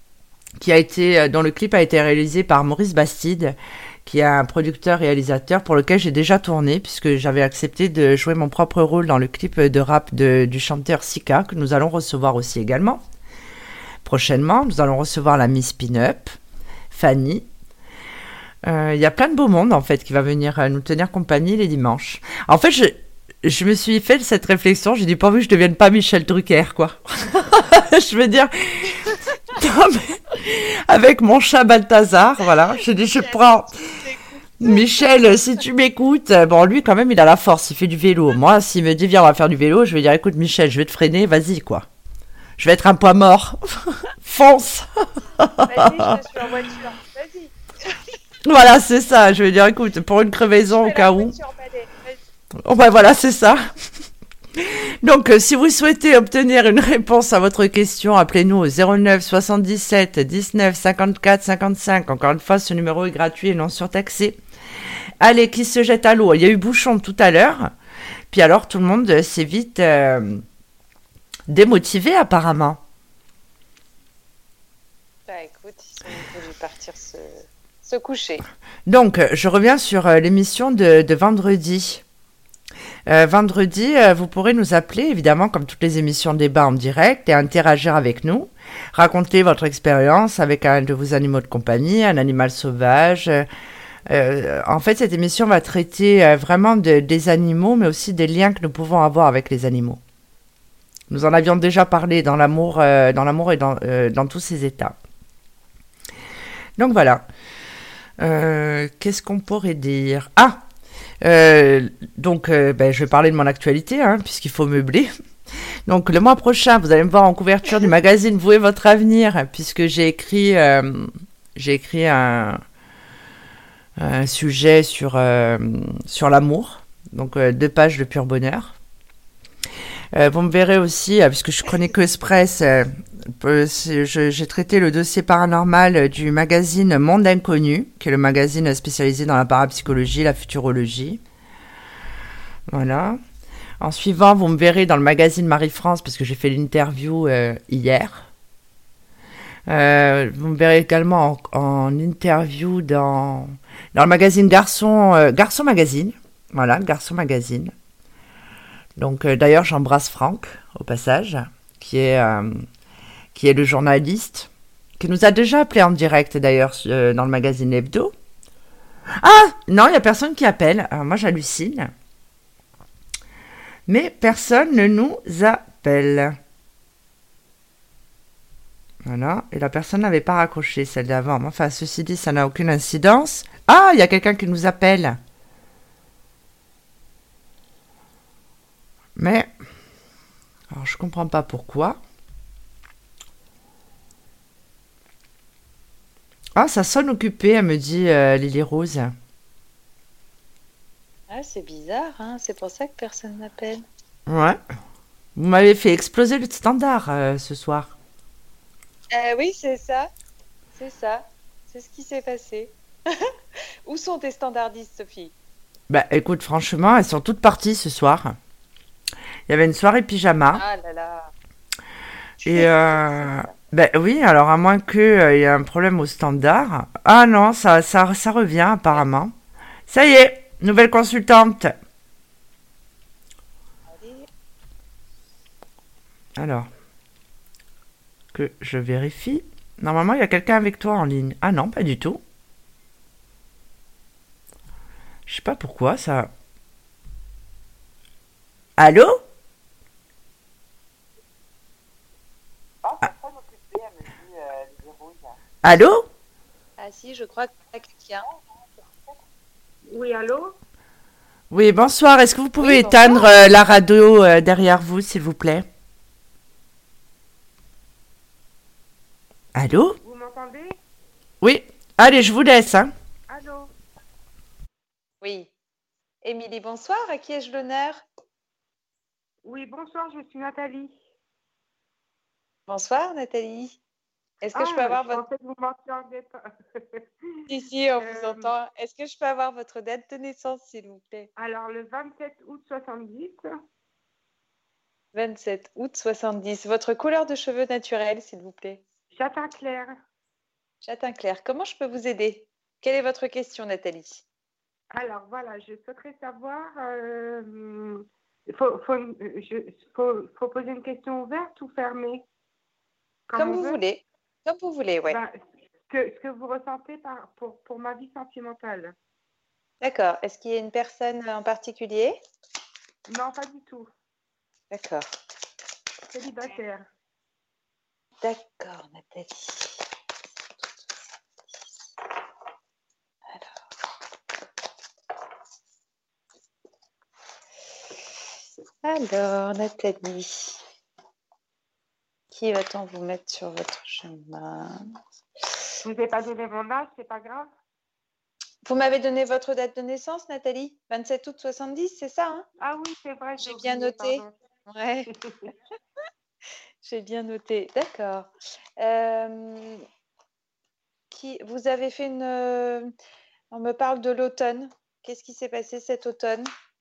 dont le clip a été réalisé par Maurice Bastide, qui est un producteur-réalisateur pour lequel j'ai déjà tourné, puisque j'avais accepté de jouer mon propre rôle dans le clip de rap du chanteur Sika, que nous allons recevoir aussi également. Prochainement, nous allons recevoir la Miss Pin-Up, Fanny. Il y a plein de beau monde, en fait, qui va venir nous tenir compagnie les dimanches. En fait, je me suis fait cette réflexion, j'ai dit, pourvu que je ne devienne pas Michel Drucker, quoi. Je veux dire... Non, mais avec mon chat Balthazar, voilà, j'ai dit, je prends... Michel, si tu m'écoutes, bon, lui, quand même, il a la force, il fait du vélo. Moi, s'il me dit, viens, on va faire du vélo, je vais dire, écoute, Michel, je vais te freiner, vas-y, quoi. Je vais être un poids mort. Fonce. Vas-y, je suis en voiture, vas-y. Voilà, c'est ça, je vais dire, écoute, pour une crevaison, au cas où... Oh, ben voilà, c'est ça. Donc, si vous souhaitez obtenir une réponse à votre question, appelez-nous au 09 77 19 54 55. Encore une fois, ce numéro est gratuit et non surtaxé. Allez, qui se jette à l'eau? Il y a eu bouchon tout à l'heure. Puis alors, tout le monde s'est vite démotivé, apparemment. Bah écoute, ils sont voulu partir se coucher. Donc, je reviens sur l'émission de vendredi. Vendredi, vous pourrez nous appeler, évidemment, comme toutes les émissions de débat en direct, et interagir avec nous. Raconter votre expérience avec un de vos animaux de compagnie, un animal sauvage. En fait, cette émission va traiter vraiment des animaux, mais aussi des liens que nous pouvons avoir avec les animaux. Nous en avions déjà parlé dans l'amour et dans tous ses états. Donc voilà. Qu'est-ce qu'on pourrait dire? Ah! Je vais parler de mon actualité, hein, puisqu'il faut meubler. Donc, le mois prochain, vous allez me voir en couverture du magazine Vous et votre avenir, puisque j'ai écrit un sujet sur l'amour. Donc, 2 pages de pur bonheur. Vous me verrez aussi, puisque je suis chroniqueuse presse, j'ai traité le dossier paranormal du magazine Monde Inconnu, qui est le magazine spécialisé dans la parapsychologie, la futurologie. Voilà. En suivant, vous me verrez dans le magazine Marie-France, parce que j'ai fait l'interview hier. Vous me verrez également en interview dans le magazine Garçon Magazine. Voilà, Garçon Magazine. Donc, d'ailleurs, j'embrasse Franck, au passage, qui est le journaliste, qui nous a déjà appelé en direct, d'ailleurs, dans le magazine Hebdo. Ah, non, il n'y a personne qui appelle. Alors, moi, j'hallucine. Mais personne ne nous appelle. Voilà, et la personne n'avait pas raccroché, celle d'avant. Enfin, ceci dit, ça n'a aucune incidence. Ah, il y a quelqu'un qui nous appelle. Mais, alors je comprends pas pourquoi. Ah, ça sonne occupé, elle me dit Lily Rose. Ah, c'est bizarre, hein, c'est pour ça que personne n'appelle. Ouais. Vous m'avez fait exploser le standard ce soir. Oui, c'est ça. C'est ça. C'est ce qui s'est passé. Où sont tes standardistes, Sophie? Bah écoute, franchement, elles sont toutes parties ce soir. Il y avait une soirée pyjama. Ah là là. Et ben oui, alors à moins qu'il y ait un problème au standard. Ah non, ça revient apparemment. Ça y est, nouvelle consultante. Allez. Alors, que je vérifie. Normalement, il y a quelqu'un avec toi en ligne. Ah non, pas du tout. Je sais pas pourquoi ça... Allô? Allô? Ah si, je crois qu'il y a quelqu'un. Oui, allô? Oui, bonsoir. Est-ce que vous pouvez Oui, éteindre bonsoir. la radio derrière vous, s'il vous plaît? Allô? Vous m'entendez? Oui. Allez, je vous laisse, hein. Allô? Oui. Émilie, bonsoir. À qui ai-je l'honneur? Oui, bonsoir, je suis Nathalie. Bonsoir, Nathalie. Est-ce que je peux avoir votre... pensais que vous m'entendiez pas. Si, on vous entend. Est-ce que je peux avoir votre date de naissance, s'il vous plaît? Alors, le 27 août 70, 27 août 70. Votre couleur de cheveux naturelle, s'il vous plaît? châtain clair. Châtain clair. Comment je peux vous aider? Quelle est votre question, Nathalie? Alors, voilà, je souhaiterais savoir, il faut poser une question ouverte ou fermée? Comme on vous veut. voulez. Comme vous voulez, oui. Ben, ce que vous ressentez pour ma vie sentimentale. D'accord. Est-ce qu'il y a une personne en particulier? Non, pas du tout. D'accord. Célibataire. D'accord, Nathalie. Alors, Nathalie. Qui va-t-on vous mettre sur votre chemin? Je ne vous ai pas donné mon âge, c'est pas grave. Vous m'avez donné votre date de naissance, Nathalie? 27 août 70, c'est ça, hein? Ah oui, c'est vrai. J'ai bien noté. Ouais. J'ai bien noté. D'accord. Vous avez fait une... on me parle de l'automne. Qu'est-ce qui s'est passé cet automne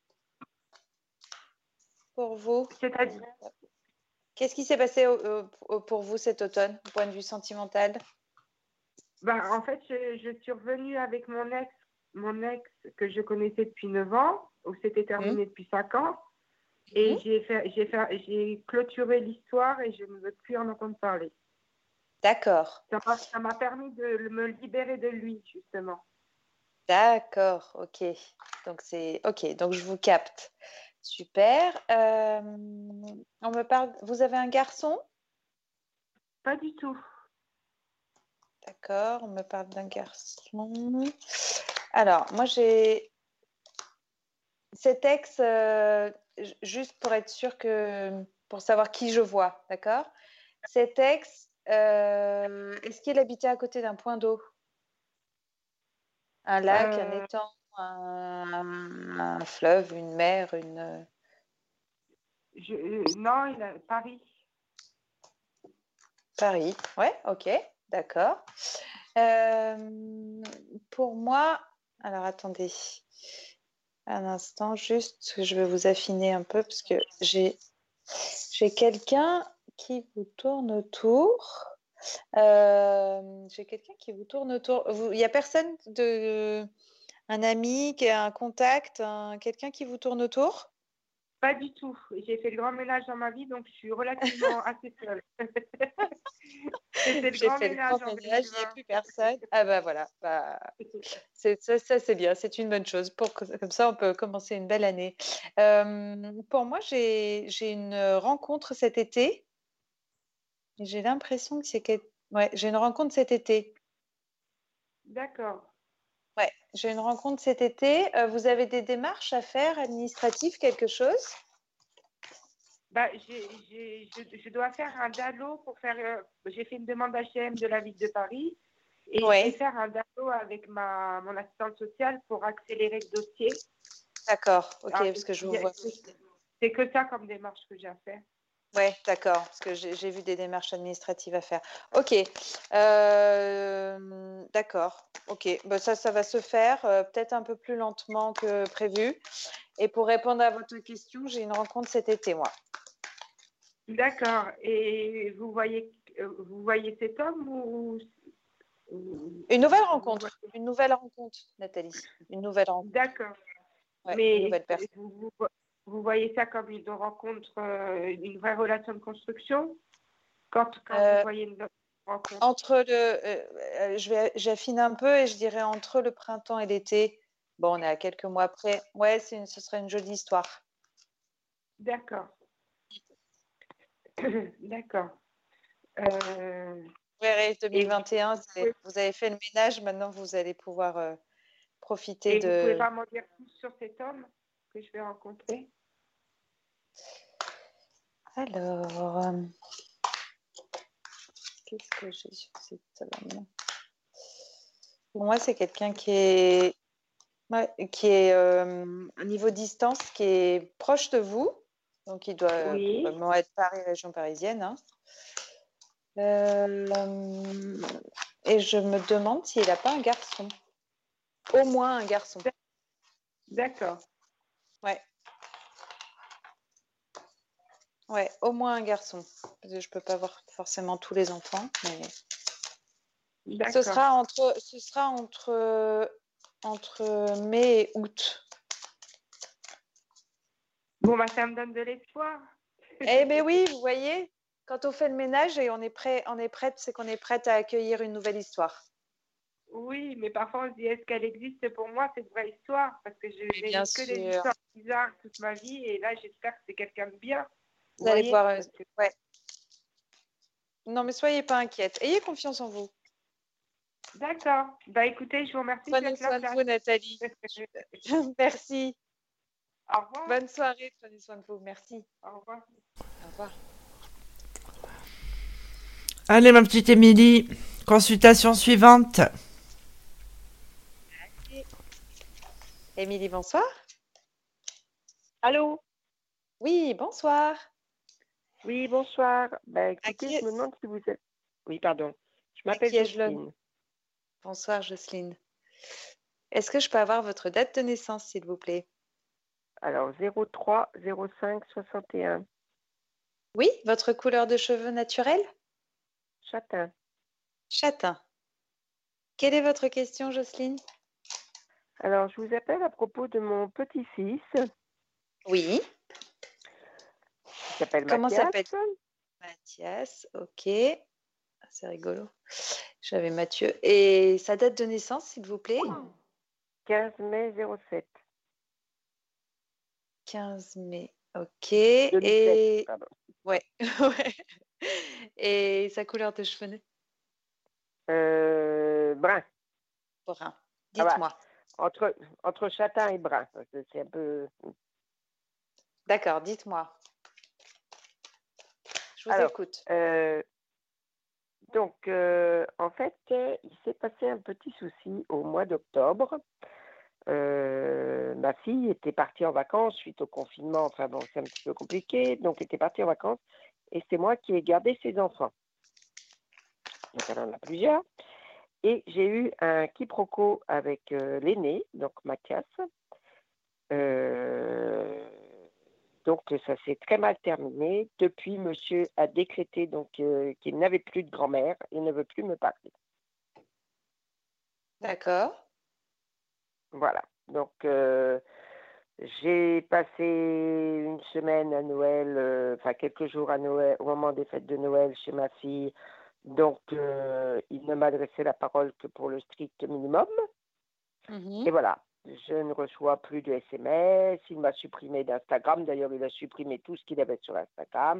pour vous? C'est-à-dire? Qu'est-ce qui s'est passé pour vous cet automne, au point de vue sentimental? Ben, en fait, je suis revenue avec mon ex que je connaissais depuis 9 ans, où c'était terminé depuis 5 ans. Et j'ai clôturé l'histoire et je ne veux plus en entendre parler. D'accord. Ça m'a permis de me libérer de lui, justement. D'accord, ok. Donc donc je vous capte. Super. On me parle. Vous avez un garçon? Pas du tout. D'accord, on me parle d'un garçon. Alors, moi j'ai cet ex, juste pour être sûr pour savoir qui je vois, d'accord? Cet ex, est-ce qu'il habitait à côté d'un point d'eau? Un lac, un étang, un fleuve, une mer, Non, il a Paris. Paris, ouais, ok, d'accord. Pour moi, alors attendez un instant, juste, je vais vous affiner un peu parce que j'ai quelqu'un qui vous tourne autour. J'ai quelqu'un qui vous tourne autour. Il n'y a personne un ami, un contact, quelqu'un qui vous tourne autour? Pas du tout. J'ai fait le grand ménage dans ma vie, donc je suis relativement assez seule. J'ai fait le grand ménage, il n'y a plus personne. Ah bah voilà, ça c'est bien, c'est une bonne chose. Comme ça, on peut commencer une belle année. Pour moi, j'ai une rencontre cet été. J'ai l'impression que ouais, j'ai une rencontre cet été. D'accord. Ouais, j'ai une rencontre cet été. Vous avez des démarches à faire, administratives, quelque chose? Je dois faire un DALO pour faire. J'ai fait une demande HM de la ville de Paris et Ouais. je vais faire un DALO avec mon assistante sociale pour accélérer le dossier. D'accord, ok, parce que je vous vois. C'est que ça comme démarche que j'ai à faire. Ouais, d'accord, parce que j'ai vu des démarches administratives à faire. Ok, d'accord, ok. Bah, ça va se faire peut-être un peu plus lentement que prévu. Et pour répondre à votre question, j'ai une rencontre cet été, moi. D'accord. Et vous voyez cet homme ou... Une nouvelle rencontre, Nathalie. Une nouvelle rencontre. D'accord. Ouais, mais une nouvelle personne. Vous voyez ça comme une rencontre, une vraie relation de construction quand vous voyez une rencontre j'affine un peu et je dirais entre le printemps et l'été. Bon, on est à quelques mois après. Ouais, ce serait une jolie histoire. D'accord. D'accord. Vous verrez, 2021, vous avez fait le ménage, maintenant vous allez pouvoir profiter de... Vous pouvez pas m'en dire plus sur cet homme que je vais rencontrer? Alors, qu'est-ce que j'ai sur cette homme? Pour moi, c'est quelqu'un qui est à niveau distance, qui est proche de vous. Donc, il doit probablement être Paris, région parisienne. Hein. Et je me demande s'il n'a pas un garçon. Au moins un garçon. D'accord. Ouais. Ouais, au moins un garçon. Parce que je ne peux pas voir forcément tous les enfants, mais ce sera entre mai et août. Bon, ça me donne de l'espoir. Eh bien oui, vous voyez, quand on fait le ménage et on est prête, c'est qu'on est prête à accueillir une nouvelle histoire. Oui, mais parfois on se dit, est-ce qu'elle existe pour moi, cette vraie histoire? Parce que je n'ai que des histoires bizarres toute ma vie et là, j'espère que c'est quelqu'un de bien. Vous allez voir. Ouais. Non, mais soyez pas inquiète. Ayez confiance en vous. D'accord. Écoutez, je vous remercie. Prenez soin de vous, Nathalie. Merci. Au revoir. Bonne soirée. Prenez soin de vous. Merci. Au revoir. Au revoir. Allez, ma petite Émilie, consultation suivante. Émilie, bonsoir. Allô? Oui, bonsoir. Oui, bonsoir. Écoutez, je me demande si vous êtes... Oui, pardon. Je m'appelle Jocelyne. Bonsoir, Jocelyne. Est-ce que je peux avoir votre date de naissance, s'il vous plaît? Alors, 03 05 61. Oui, votre couleur de cheveux naturelle? Châtain. Châtain. Quelle est votre question, Jocelyne? Alors, je vous appelle à propos de mon petit-fils. Oui. Il s'appelle Comment Mathias. s'appelle Mathias, ok. C'est rigolo. J'avais Mathieu. Et sa date de naissance, s'il vous plaît? 15 mai 07. 15 mai, ok. Et... Ouais. Et sa couleur de cheveux? Brun. Brun. Dites-moi. entre châtain et brun. C'est un peu. D'accord, dites-moi. Je vous écoute. Donc, en fait, il s'est passé un petit souci au mois d'octobre. Ma fille était partie en vacances suite au confinement. Enfin bon, c'est un petit peu compliqué. Donc, elle était partie en vacances et c'est moi qui ai gardé ses enfants. Donc, elle en a plusieurs. Et j'ai eu un quiproquo avec l'aîné, donc Mathias. Donc, ça s'est très mal terminé. Depuis, monsieur a décrété donc, qu'il n'avait plus de grand-mère. Il ne veut plus me parler. D'accord. Voilà. Donc, j'ai passé une semaine à Noël, quelques jours à Noël, au moment des fêtes de Noël chez ma fille. Donc, il ne m'adressait la parole que pour le strict minimum. Et voilà. Je ne reçois plus de SMS. Il m'a supprimé d'Instagram. D'ailleurs, il a supprimé tout ce qu'il avait sur Instagram.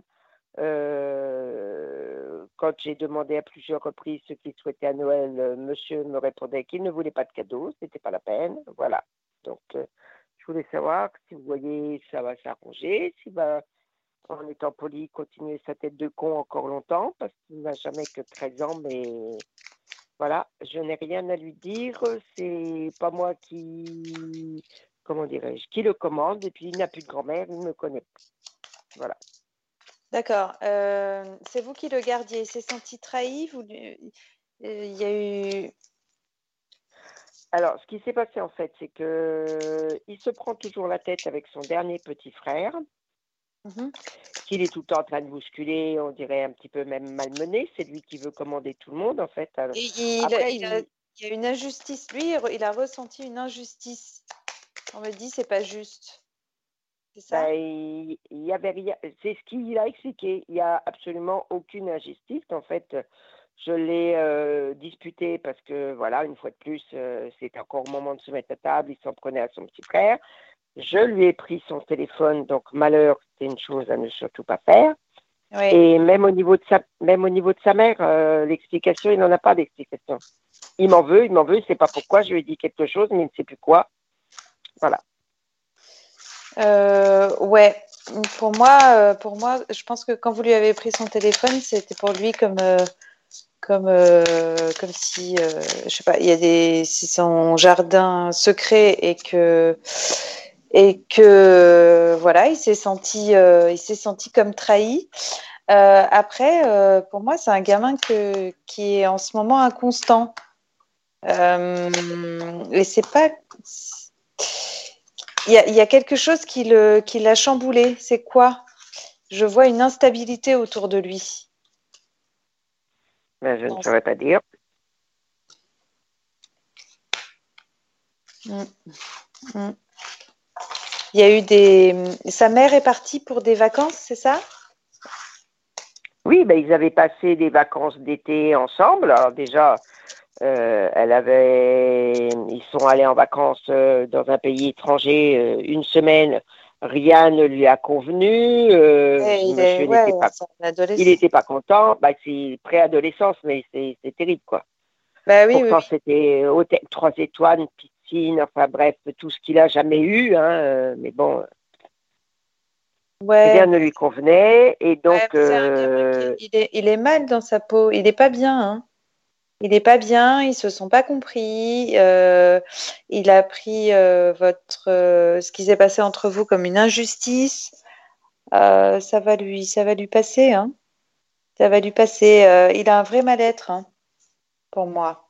Quand j'ai demandé à plusieurs reprises ce qu'il souhaitait à Noël, monsieur me répondait qu'il ne voulait pas de cadeau, ce n'était pas la peine. Voilà. Donc, je voulais savoir si vous voyez, ça va s'arranger, s'il va, en étant poli, continuer sa tête de con encore longtemps, parce qu'il n'a jamais que 13 ans, mais voilà, je n'ai rien à lui dire. C'est pas moi qui, comment dirais-je, qui le commande, et puis il n'a plus de grand-mère, il ne me connaît pas. Voilà. D'accord. C'est vous qui le gardiez. Il s'est senti trahi. Il y a eu. Alors, ce qui s'est passé en fait, c'est qu'il se prend toujours la tête avec son dernier petit frère, qu'il est tout le temps en train de bousculer, on dirait un petit peu même malmené. C'est lui qui veut commander tout le monde en fait. Alors, Il y a une injustice. Lui, il a ressenti une injustice. On me dit, c'est pas juste. C'est ça? Il y avait rien. C'est ce qu'il a expliqué. Il n'y a absolument aucune injustice. En fait, je l'ai disputé parce que, voilà, une fois de plus, c'était encore au moment de se mettre à table. Il s'en prenait à son petit frère. Je lui ai pris son téléphone. Donc, malheur, c'est une chose à ne surtout pas faire. Oui. Et même au niveau de sa mère, l'explication, il n'en a pas d'explication. Il m'en veut, il ne sait pas pourquoi. Je lui ai dit quelque chose, mais il ne sait plus quoi. Voilà. Ouais, pour moi, je pense que quand vous lui avez pris son téléphone, c'était pour lui comme si, je sais pas, c'est son jardin secret et que voilà, il s'est senti comme trahi. Après, pour moi, c'est un gamin qui est en ce moment inconstant. Et c'est pas. Il y a quelque chose qui l'a chamboulé. C'est quoi? Je vois une instabilité autour de lui. Ben, je ne saurais pas dire. Il y a eu Sa mère est partie pour des vacances, c'est ça? Oui, ben, ils avaient passé des vacances d'été ensemble. Alors déjà, ils sont allés en vacances dans un pays étranger une semaine. Rien ne lui a convenu. Il n'était pas content. Bah, c'est préadolescence, mais c'est terrible, quoi. Bah, oui, pourtant, c'était hôtel 3 étoiles, piscine, enfin bref, tout ce qu'il a jamais eu. Mais bon, rien ne lui convenait. Et donc, il est mal dans sa peau. Il n'est pas bien, hein. Il n'est pas bien, ils se sont pas compris. Il a pris ce qui s'est passé entre vous comme une injustice. Ça va lui passer, hein. Ça va lui passer. Il a un vrai mal-être, hein, pour moi.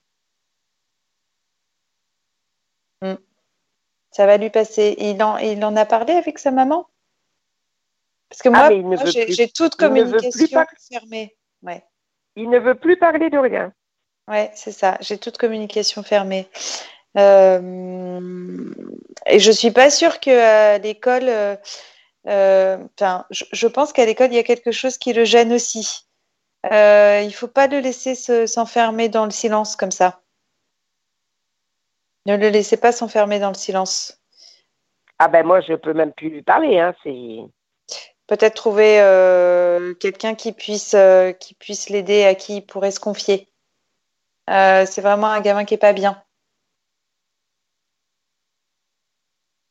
Ça va lui passer. Il en a parlé avec sa maman? Parce que moi, j'ai toute communication fermée. Ouais. Il ne veut plus parler de rien. Ouais, c'est ça. J'ai toute communication fermée. Et je suis pas sûre qu'à l'école, je pense qu'à l'école, il y a quelque chose qui le gêne aussi. Il faut pas le laisser s'enfermer dans le silence comme ça. Ne le laissez pas s'enfermer dans le silence. Ah ben moi, je peux même plus lui parler. Hein, peut-être trouver quelqu'un qui puisse l'aider, à qui il pourrait se confier. C'est vraiment un gamin qui est pas bien.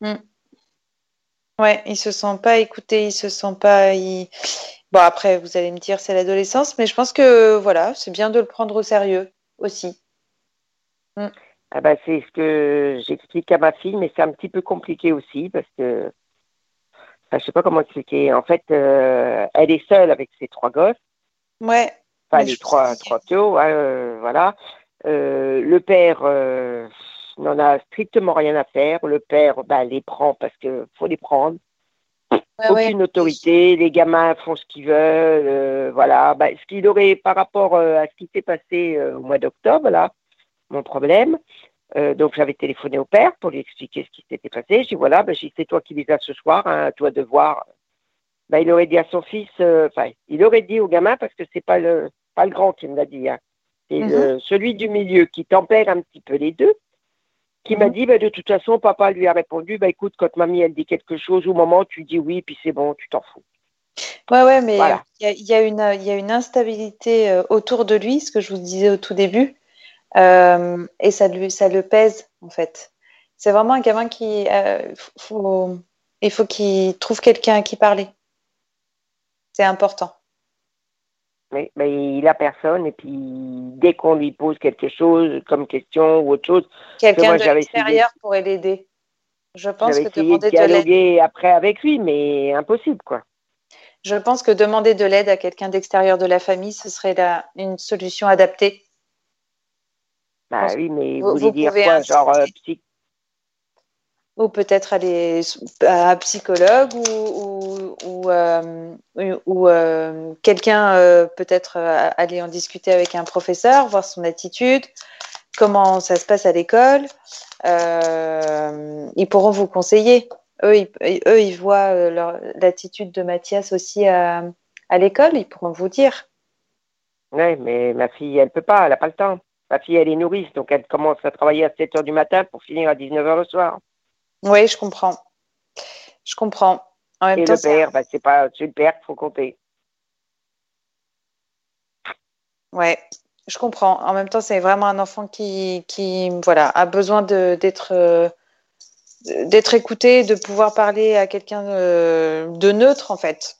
Mm. Ouais, il se sent pas écouté, il se sent pas. Bon, après, vous allez me dire, c'est l'adolescence, mais je pense que voilà, c'est bien de le prendre au sérieux aussi. Mm. Ah bah, c'est ce que j'explique à ma fille, mais c'est un petit peu compliqué aussi parce que enfin, je sais pas comment expliquer. En fait, elle est seule avec ses 3 gosses, Ouais, enfin mais les je pense trois théos, hein, voilà. Le père n'en a strictement rien à faire. Le père, bah, les prend parce que faut les prendre. ouais, ouais. Aucune autorité, les gamins font ce qu'ils veulent, voilà. Bah, ce qu'il aurait par rapport à ce qui s'est passé au mois d'octobre, là, mon problème. Donc j'avais téléphoné au père pour lui expliquer ce qui s'était passé. J'ai dit voilà, ben, c'est toi qui les as ce soir, hein, à toi de voir. Ben, il aurait dit à son fils, enfin, il aurait dit au gamin parce que c'est pas le grand qui me l'a dit, hein. C'est celui du milieu qui tempère un petit peu les deux, qui m'a dit ben, de toute façon, papa lui a répondu, ben, écoute, quand mamie elle dit quelque chose, au moment tu dis oui, puis c'est bon, tu t'en fous. Ouais, mais Voilà. il y a une instabilité autour de lui, ce que je vous disais au tout début, et ça le pèse en fait. C'est vraiment un gamin qui, il faut qu'il trouve quelqu'un à qui parler. C'est important. Mais il a personne, et puis dès qu'on lui pose quelque chose comme question ou autre chose, Quelqu'un moi de j'avais essayé. l'extérieur pourrait l'aider. Je pense J'avais que essayé de demander de l'aide. dialoguer après avec lui, mais impossible, quoi. Je pense que demander de l'aide à quelqu'un d'extérieur de la famille, ce serait une solution adaptée. Bah oui, mais vous Vous, voulez vous dire pouvez quoi? Genre ou peut-être aller à un psychologue ou quelqu'un peut-être aller en discuter avec un professeur, voir son attitude, comment ça se passe à l'école. Ils pourront vous conseiller. Eux, ils voient l'attitude de Mathias aussi à l'école, ils pourront vous dire. Ouais, mais ma fille, elle peut pas, elle n'a pas le temps. Ma fille, elle est nourrice, donc elle commence à travailler à 7 heures du matin pour finir à 19 heures le soir. Oui, je comprends. Je comprends. En même Et temps, le père, bah, c'est le père qu'il faut compter. ouais, je comprends. En même temps, c'est vraiment un enfant qui voilà, a besoin d'être écouté, de pouvoir parler à quelqu'un de neutre, en fait.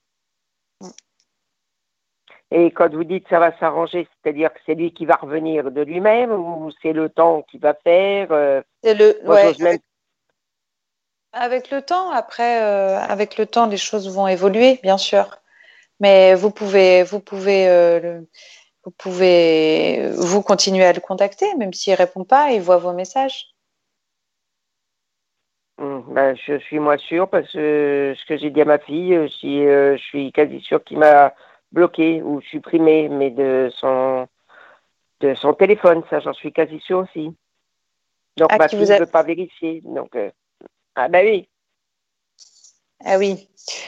Et quand vous dites ça va s'arranger, c'est-à-dire que c'est lui qui va revenir de lui-même ou c'est le temps qui va faire moi, Ouais, j'ose même. avec le temps, après, avec le temps, les choses vont évoluer, bien sûr. Mais vous pouvez vous continuer à le contacter, même s'il répond pas, il voit vos messages. Ben, je suis moins sûre parce que ce que j'ai dit à ma fille, je suis quasi sûre qu'il m'a bloqué ou supprimé, mais de son téléphone, ça j'en suis quasi sûre aussi. Donc ma Qui fille vous ne a... veut pas vérifier. Donc ah ben oui. Ah oui.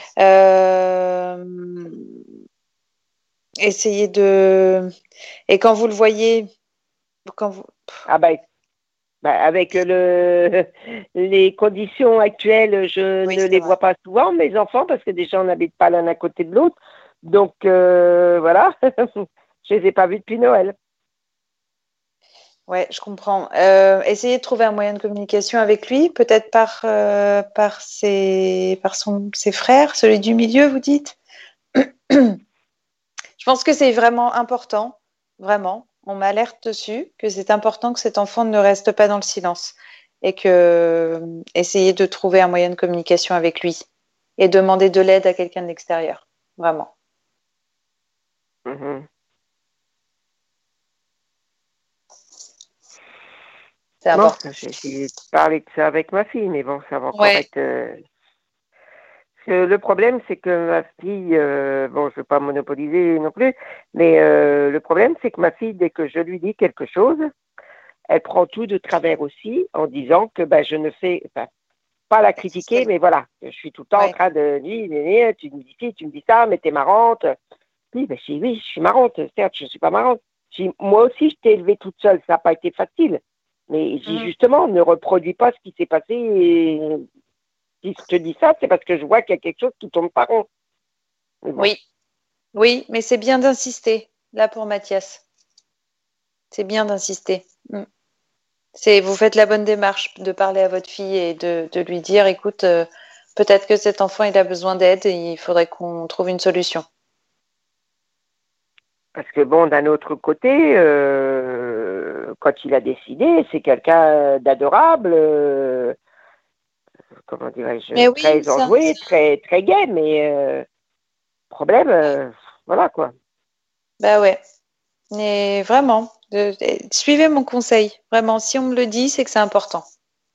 Essayez de... Et quand vous le voyez, quand vous... Ah ben, avec les conditions actuelles, je Oui, ne c'est les vrai. vois pas souvent, mes enfants, parce que déjà on n'habite pas l'un à côté de l'autre. Donc voilà, je les ai pas vus depuis Noël. Ouais, je comprends. Essayez de trouver un moyen de communication avec lui, peut-être par ses frères, celui du milieu, vous dites? Je pense que c'est vraiment important, vraiment. On m'alerte dessus, que c'est important que cet enfant ne reste pas dans le silence et que essayez de trouver un moyen de communication avec lui et demander de l'aide à quelqu'un de l'extérieur, vraiment. C'est Bon, important. j'ai essayé de parler de ça avec ma fille, mais bon, ça va encore Ouais. être. Le problème, c'est que ma fille, bon, je ne veux pas monopoliser non plus, mais le problème, c'est que ma fille, dès que je lui dis quelque chose, elle prend tout de travers aussi en disant que ben, je ne fais pas la critiquer, mais voilà, je suis tout le temps en train de dire, tu me dis ci, tu me dis ça, mais t'es marrante. Oui, ben, oui, je suis marrante, certes, je ne suis pas marrante. Moi aussi, je t'ai élevée toute seule, ça n'a pas été facile. Mais justement, ne reproduis pas ce qui s'est passé. Et si je te dis ça, c'est parce que je vois qu'il y a quelque chose qui tombe pas rond. Bon. Oui, mais c'est bien d'insister, là pour Mathias. C'est bien d'insister. Vous faites la bonne démarche de parler à votre fille et de lui dire, écoute, peut-être que cet enfant, il a besoin d'aide et il faudrait qu'on trouve une solution. Parce que bon, d'un autre côté, quand il a décidé, c'est quelqu'un d'adorable, comment dirais-je, Mais oui, très enjoué, très, très gai, mais problème, voilà quoi. Bah ouais. Mais vraiment, suivez mon conseil. Vraiment, si on me le dit, c'est que c'est important.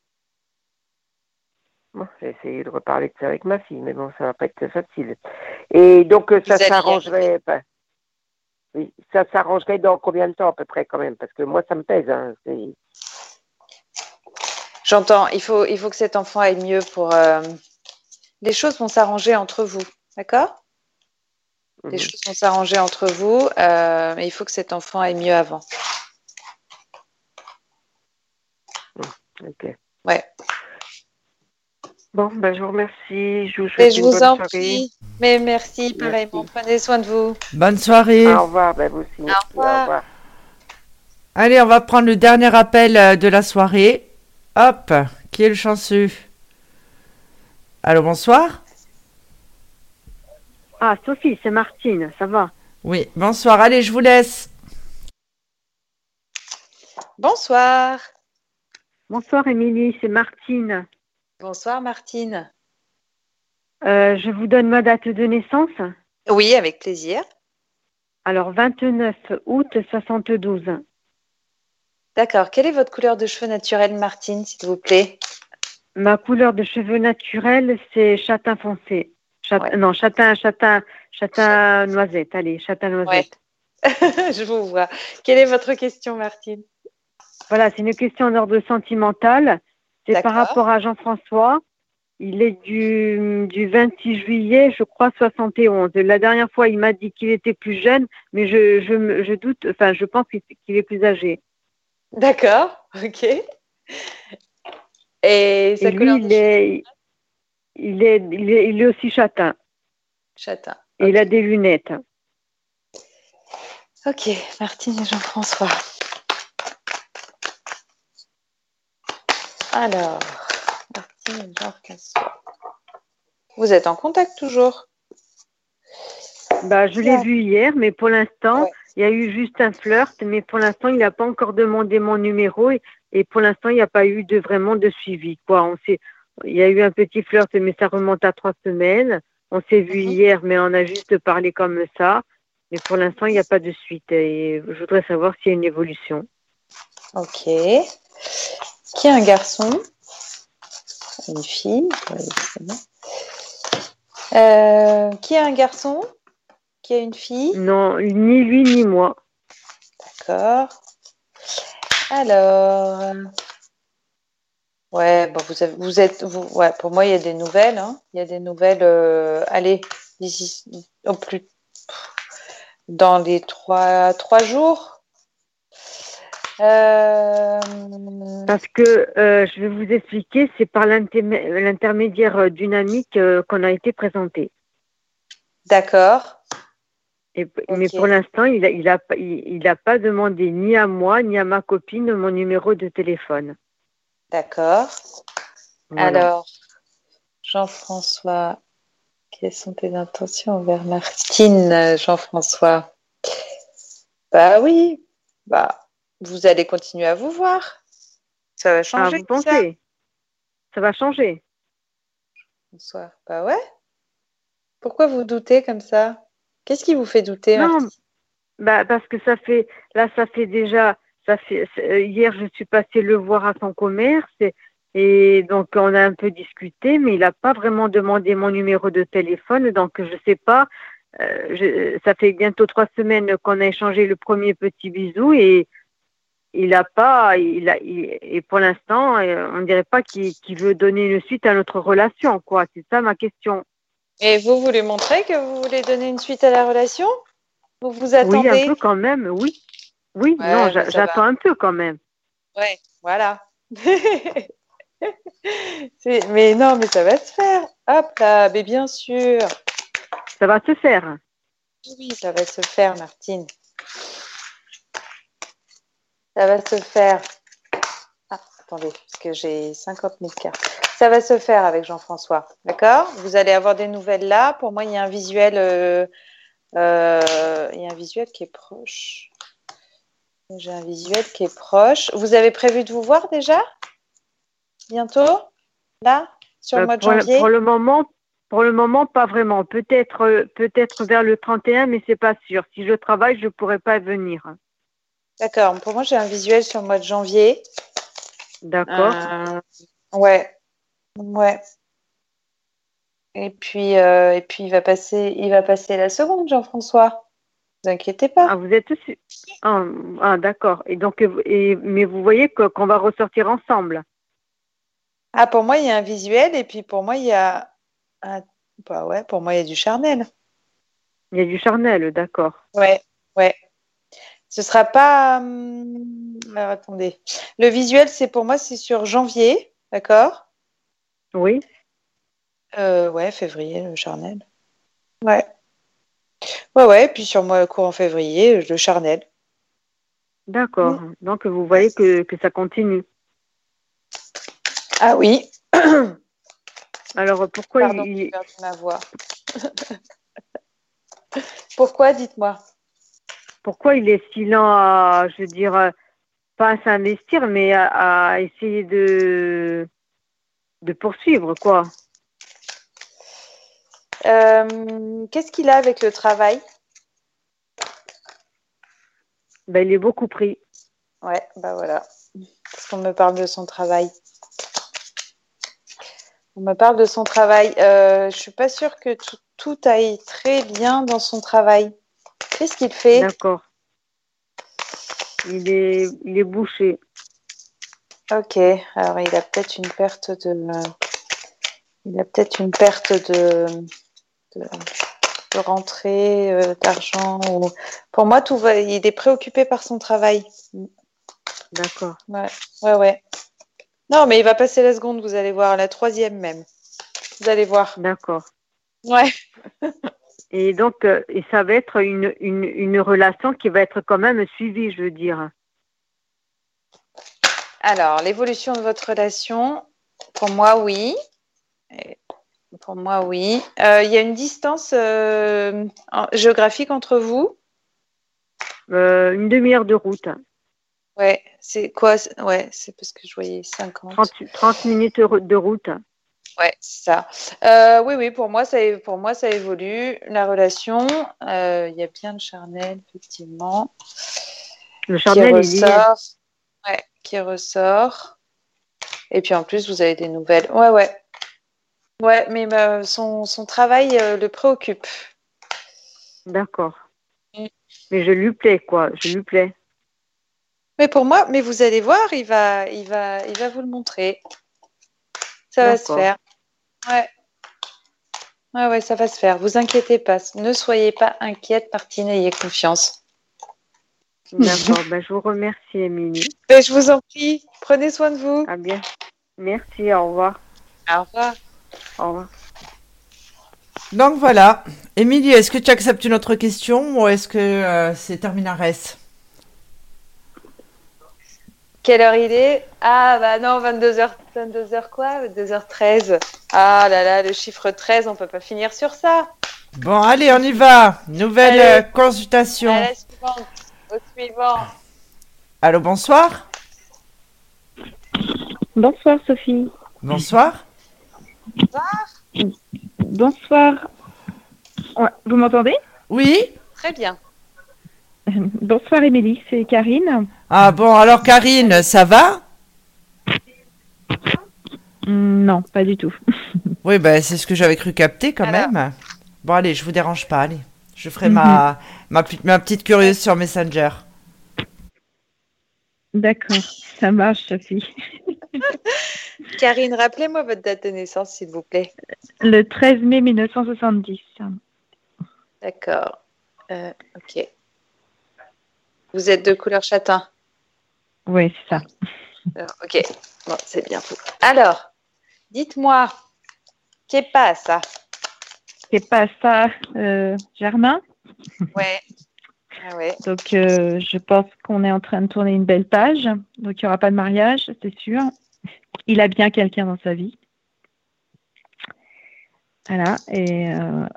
Bon, j'ai essayé de reparler de ça avec ma fille, mais bon, ça va pas être facile. Et donc, ça s'arrangerait. Oui, ça s'arrangerait dans combien de temps à peu près quand même? Parce que moi, ça me pèse. Hein, j'entends. Il faut que cet enfant aille mieux pour. Les choses vont s'arranger entre vous, d'accord? Les choses vont s'arranger entre vous, mais il faut que cet enfant aille mieux avant. Ok. Ouais. Bon, ben, je vous remercie. Je vous souhaite une bonne soirée. Prie. Mais merci, pareillement. Prenez soin de vous. Bonne soirée. Au revoir, ben vous aussi. Au revoir. Allez, on va prendre le dernier appel de la soirée. Hop, qui est le chanceux? Allô, bonsoir. Ah, Sophie, c'est Martine, ça va? Oui, bonsoir. Allez, je vous laisse. Bonsoir. Bonsoir, Émilie, c'est Martine. Bonsoir, Martine. Je vous donne ma date de naissance? Oui, avec plaisir. Alors, 29 août 72. D'accord. Quelle est votre couleur de cheveux naturelle, Martine, s'il vous plaît? Ma couleur de cheveux naturelle, c'est châtain foncé. Non, châtain noisette. Allez, châtain noisette. Ouais. Je vous vois. Quelle est votre question, Martine? Voilà, c'est une question d'ordre sentimental. C'est par rapport à Jean-François. Il est du 26 juillet, je crois, 71. La dernière fois, il m'a dit qu'il était plus jeune, mais je doute, enfin, je pense qu'il est plus âgé. D'accord, ok. Et lui, il est aussi châtain. Châtain. Et il a des lunettes. Ok, Martine et Jean-François. Alors, Martine et Jean-François. Vous êtes en contact toujours? Bah, je l'ai vu hier, mais pour l'instant, il y a eu juste un flirt, mais pour l'instant, il n'a pas encore demandé mon numéro et pour l'instant, il n'y a pas eu vraiment de suivi. Quoi. Il y a eu un petit flirt, mais ça remonte à 3 semaines. On s'est vu hier, mais on a juste parlé comme ça. Mais pour l'instant, il n'y a pas de suite. Et je voudrais savoir s'il y a une évolution. Ok. Qui est un garçon? Une fille? Oui, c'est bon. Qui est un garçon? Qui a une fille? Non, ni lui ni moi. D'accord. Alors, ouais, bon, ouais, pour moi, il y a des nouvelles. Hein. Il y a des nouvelles. Allez, d'ici au plus dans les 3 jours. Parce que je vais vous expliquer, c'est par l'intermédiaire d'une amie qu'on a été présenté. D'accord. Mais pour l'instant, il a pas demandé ni à moi ni à ma copine mon numéro de téléphone. D'accord. Voilà. Alors, Jean-François, quelles sont tes intentions envers Martine, Jean-François? Bah oui, bah vous allez continuer à vous voir. Ça va changer. Ah, vous pensez? Ça va changer. Bonsoir. Bah ouais. Pourquoi vous doutez comme ça? Qu'est-ce qui vous fait douter, Non, Martine? bah parce que hier je suis passée le voir à son commerce et donc on a un peu discuté, mais il n'a pas vraiment demandé mon numéro de téléphone, donc je sais pas. Ça fait bientôt 3 semaines qu'on a échangé le premier petit bisou et il a pas, et pour l'instant, on dirait pas qu'il veut donner une suite à notre relation, quoi. C'est ça ma question. Et vous voulez montrer que vous voulez donner une suite à la relation? Vous attendez? Oui, un peu quand même, oui. Oui, ouais, non, j'attends un peu quand même. Ouais, voilà. Mais non, mais ça va se faire. Hop là, mais bien sûr. Ça va se faire. Oui, ça va se faire, Martine. Ça va se faire. Ah. attendez, parce que j'ai 50 000 cartes. Ça va se faire avec Jean-François, d'accord? Vous allez avoir des nouvelles là. Pour moi, il y a un visuel, qui est proche. J'ai un visuel qui est proche. Vous avez prévu de vous voir déjà? Bientôt? Là? Sur le mois de janvier? Pour le moment, pas vraiment. Peut-être vers le 31, mais c'est pas sûr. Si je travaille, je pourrais pas venir. D'accord. Pour moi, j'ai un visuel sur le mois de janvier. D'accord. Ouais. Et puis il va passer la seconde, Jean-François. Ne vous inquiétez pas. Ah, vous êtes aussi. D'accord. Et donc, mais vous voyez qu'on va ressortir ensemble. Ah, pour moi, il y a un visuel et puis pour moi, il y a pour moi, il y a du charnel. Il y a du charnel, d'accord. Ouais. Ce sera pas. Alors, attendez. Le visuel, pour moi, c'est sur janvier, d'accord? Oui. Février, le charnel. Ouais. Et puis sur moi, courant février, le charnel. D'accord. Donc, vous voyez que ça continue. Ah oui. Alors, pourquoi Pardon, j'ai perdu ma voix. Pourquoi, dites-moi. Pourquoi il est si lent à, je veux dire, pas à s'investir, mais à essayer de poursuivre, quoi? Qu'est-ce qu'il a avec le travail? Ben, il est beaucoup pris. Ouais, voilà. Parce qu'on me parle de son travail. Je suis pas sûre que tout aille très bien dans son travail. Qu'est-ce qu'il fait? D'accord. Il est bouché. Ok. Alors, il a peut-être une perte de rentrée d'argent. Pour moi, tout va. Il est préoccupé par son travail. D'accord. Ouais. Non, mais il va passer la seconde, vous allez voir, la troisième même. Vous allez voir. D'accord. Ouais. Et donc, et ça va être une relation qui va être quand même suivie, je veux dire. Alors, l'évolution de votre relation, pour moi, oui. Pour moi, oui. Il y a une distance géographique entre vous? Une demi-heure de route. Ouais, c'est quoi? Ouais, c'est parce que je voyais 50. 30 minutes de route. Ouais, c'est ça. Oui, pour moi, ça évolue. La relation, il y a bien le charnel, effectivement. Le charnel, qui ressort. Et puis en plus, vous avez des nouvelles. Ouais. Ouais, mais son travail le préoccupe. D'accord. Mais je lui plais, quoi. Je lui plais. Mais pour moi, vous allez voir, il va vous le montrer. Ça va se faire. Ouais, ça va se faire. Vous inquiétez pas. Ne soyez pas inquiète, Martine, ayez confiance. D'accord. Je vous remercie, Émilie. Je vous en prie. Prenez soin de vous. Ah bien. Merci. Au revoir. Au revoir. Au revoir. Donc voilà. Émilie, est-ce que tu acceptes une autre question ou est-ce que c'est terminares? Quelle heure il est? Ah, non, 22h. 22h quoi? 22h13. Ah là là, le chiffre 13, on peut pas finir sur ça. Bon, allez, on y va. Nouvelle consultation. À la suivante. Au suivant. Allô, bonsoir. Bonsoir, Sophie. Bonsoir. Bonsoir. Vous m'entendez? Oui. Très bien. Bonsoir, Émilie, c'est Karine. Ah bon, alors Karine, ça va? Non, pas du tout. Oui, c'est ce que j'avais cru capter quand même. Bon, allez, je vous dérange pas, allez. Je ferai ma petite curieuse sur Messenger. D'accord, ça marche, Sophie. Karine, rappelez-moi votre date de naissance, s'il vous plaît. Le 13 mai 1970. D'accord. Ok. Vous êtes de couleur châtain? Oui, c'est ça. Alors, ok. Bon, c'est bien tout. Alors, dites-moi, qu'est-ce ça? Qu'est-ce ça, Germain? Ouais. Ah ouais. Donc, je pense qu'on est en train de tourner une belle page. Donc, il n'y aura pas de mariage, c'est sûr. Il a bien quelqu'un dans sa vie. Voilà. Et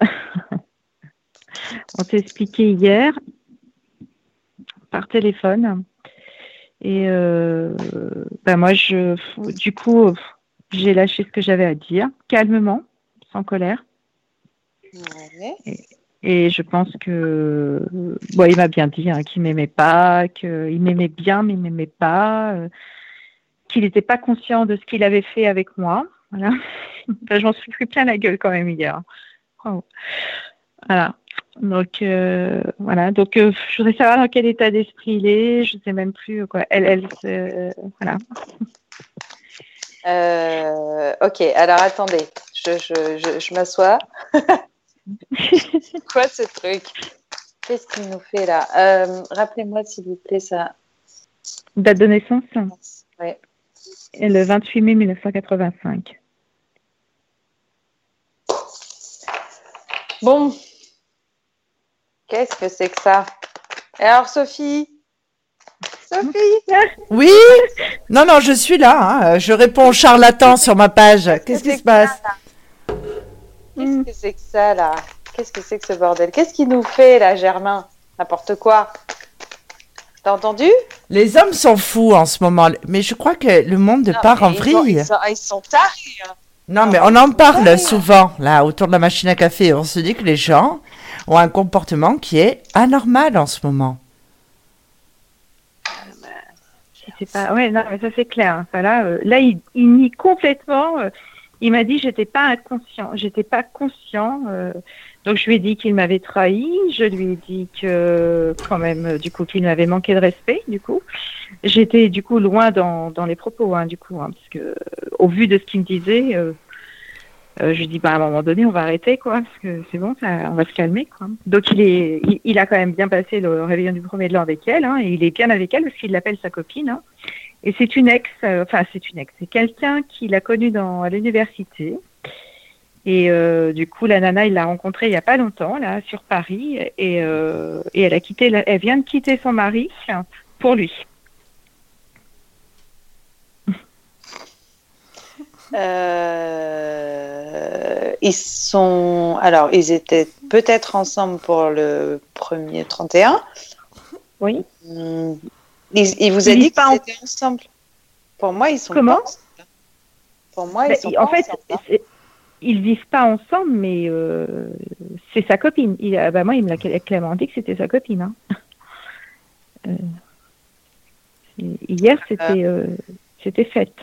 on s'est expliqué hier par téléphone. Et moi, du coup, j'ai lâché ce que j'avais à dire, calmement, sans colère. Ouais. Et je pense que, il m'a bien dit qu'il m'aimait pas, qu'il m'aimait bien, mais il m'aimait pas, qu'il n'était pas conscient de ce qu'il avait fait avec moi. Voilà. Enfin, je m'en suis pris plein la gueule quand même hier. Oh. Voilà. Donc, voilà. Donc, je voudrais savoir dans quel état d'esprit il est. Je ne sais même plus quoi. Voilà. Ok, alors attendez. Je m'assois. C'est quoi ce truc? Qu'est-ce qu'il nous fait là? Rappelez-moi s'il vous plaît ça. Date de naissance? Oui. Et le 28 mai 1985. Bon. Qu'est-ce que c'est que ça? Et alors Sophie? Oui. Non, je suis là. Je réponds aux charlatans sur ma page. Qu'est-ce qui se passe? Qu'est-ce que c'est que ça là? Qu'est-ce que c'est que ce bordel? Qu'est-ce qu'il nous fait là, Germain? N'importe quoi. T'as entendu? Les hommes sont fous en ce moment. Mais je crois que le monde part en vrille. Ils sont tarés. Hein. Non, mais on en parle souvent, là, autour de la machine à café. On se dit que les gens ont un comportement qui est anormal en ce moment. C'est pas... Ouais, non, mais ça c'est clair. Enfin, là, il nie complètement. Il m'a dit j'étais pas inconscient, j'étais pas conscient. Donc je lui ai dit qu'il m'avait trahi. Je lui ai dit que quand même, du coup, qu'il m'avait manqué de respect. Du coup, j'étais du coup loin dans les propos, du coup, parce que au vu de ce qu'il me disait, je lui ai dit à un moment donné, on va arrêter, quoi, parce que c'est bon, on va se calmer, quoi. Donc il a quand même bien passé le réveillon du 1er de l'an avec elle, et il est bien avec elle parce qu'il l'appelle sa copine. Et c'est une ex, c'est quelqu'un qu'il a connu à l'université. Et du coup, la nana, il l'a rencontrée il n'y a pas longtemps, là, sur Paris. Et elle vient de quitter son mari pour lui. Ils étaient peut-être ensemble pour le 1er 31. Oui. Il vous a dit qu'ils étaient ensemble. Pour moi, ils sont Comment? pas ensemble. Pour moi, ils sont pas ensemble. Ils vivent pas ensemble, mais c'est sa copine. Moi, il me l'a clairement dit que c'était sa copine. Hier, c'était fête.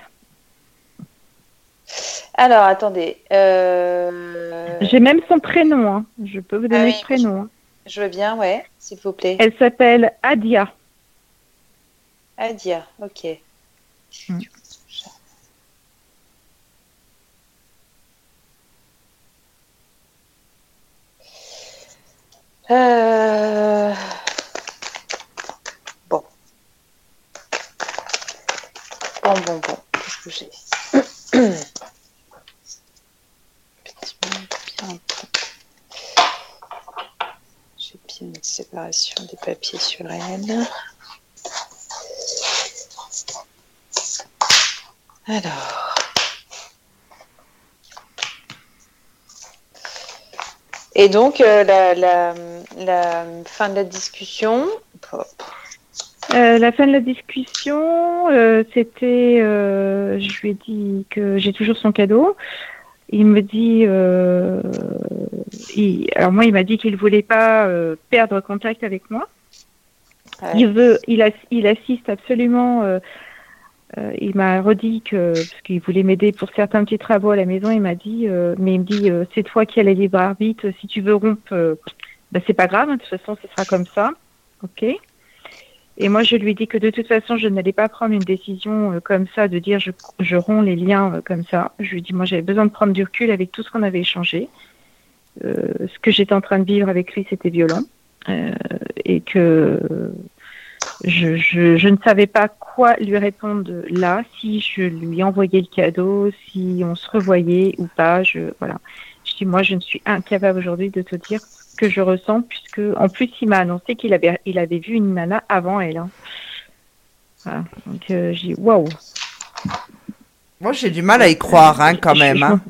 Alors, attendez. J'ai même son prénom. Je peux vous donner le prénom. Je veux bien, ouais, s'il vous plaît. Elle s'appelle Adia. Adia, ok. Bon. Qu'est-ce que j'ai? J'ai bien une séparation des papiers sur elle. Alors. Et donc, la fin de la discussion. La fin de la discussion, c'était, je lui ai dit que j'ai toujours son cadeau. Il me dit, alors moi, il m'a dit qu'il voulait pas perdre contact avec moi. Ouais. Il assiste absolument. Il m'a redit parce qu'il voulait m'aider pour certains petits travaux à la maison, il m'a dit, mais il me dit, c'est toi qui as les libre arbitre, si tu veux rompre, c'est pas grave, de toute façon, ce sera comme ça, ok. Et moi, je lui ai dit que de toute façon, je n'allais pas prendre une décision comme ça, de dire je romps les liens comme ça. Je lui ai dit, moi, j'avais besoin de prendre du recul avec tout ce qu'on avait échangé. Ce que j'étais en train de vivre avec lui, c'était violent, et que je ne savais pas quoi lui répondre là, si je lui envoyais le cadeau, si on se revoyait ou pas. Voilà. Je dis, moi, je ne suis incapable aujourd'hui de te dire que je ressens, puisque en plus il m'a annoncé qu'il avait vu une nana avant elle. Hein. Voilà. Donc j'ai dit waouh. Moi, j'ai du mal à y croire, hein, quand même. Hein.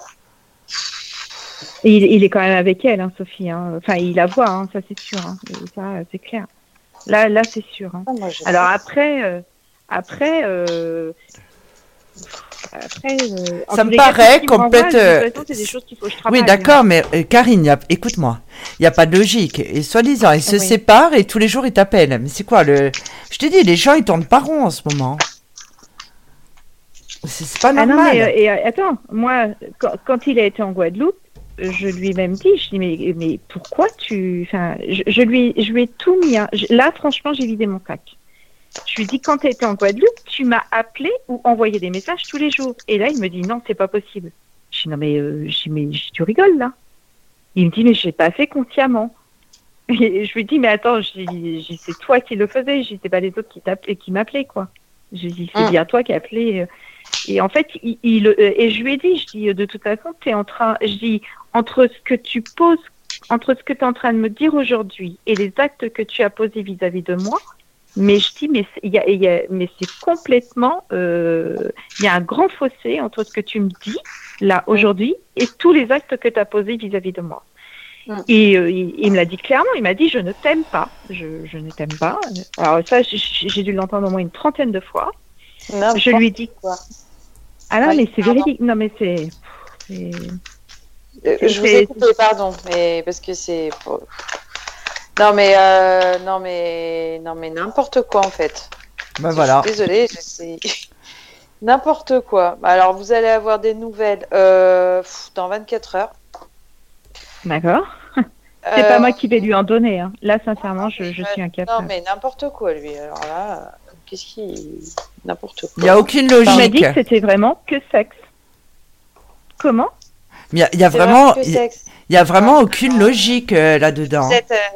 Et il est quand même avec elle, hein, Sophie. Hein. Enfin, il la voit, hein, ça c'est sûr. Hein. Et ça, c'est clair. Là, c'est sûr. Hein. Alors après, ça me paraît complètement. C'est des choses qu'il faut que je travaille. Oui, d'accord, mais Karine, écoute-moi, il n'y a pas de logique. Et soi-disant, ils se séparent et tous les jours ils t'appellent. Mais c'est quoi le. Je te dis, les gens ils tournent pas rond en ce moment. C'est pas normal. Ah non, mais attends, moi, quand il a été en Guadeloupe, je lui ai même dit, je dis mais pourquoi tu. Enfin, je lui ai tout mis. Hein. Là, franchement, j'ai vidé mon sac. Je lui ai dit, quand tu étais en Guadeloupe, tu m'as appelé ou envoyé des messages tous les jours. Et là, il me dit, non, c'est pas possible. Je dis, non, mais, tu rigoles, là. Il me dit, mais je l'ai pas fait consciemment. Et je lui dis, mais attends, c'est toi qui le faisais. Je dis, c'est pas les autres qui m'appelaient, quoi. Je dis, c'est bien toi qui as appelé. Et en fait, et je lui ai dit, je dis, de toute façon, tu es en train, je dis, entre ce que tu es en train de me dire aujourd'hui et les actes que tu as posés vis-à-vis de moi, mais je dis, mais c'est complètement, il y a un grand fossé entre ce que tu me dis, là, aujourd'hui, et tous les actes que tu as posés vis-à-vis de moi. Et il me l'a dit clairement, il m'a dit, je ne t'aime pas, je ne t'aime pas. Alors ça, j'ai dû l'entendre au moins une 30aine de fois. Non, je lui ai dit quoi. Ah non, mais c'est véridique. Non, mais c'est. Je vous ai coupé, pardon, mais parce que c'est. Non, mais n'importe quoi en fait. Ben voilà. Désolée, c'est n'importe quoi. Alors, vous allez avoir des nouvelles dans 24 heures. D'accord. C'est pas moi qui vais lui en donner. Hein. Là, sincèrement, je suis incapable. Non, mais n'importe quoi, lui. Alors là. Qu'est-ce qui. N'importe quoi. Il n'y a aucune logique. Il m'a dit que c'était vraiment que sexe. Comment? Il y a vraiment. Il y a vraiment aucune logique là-dedans.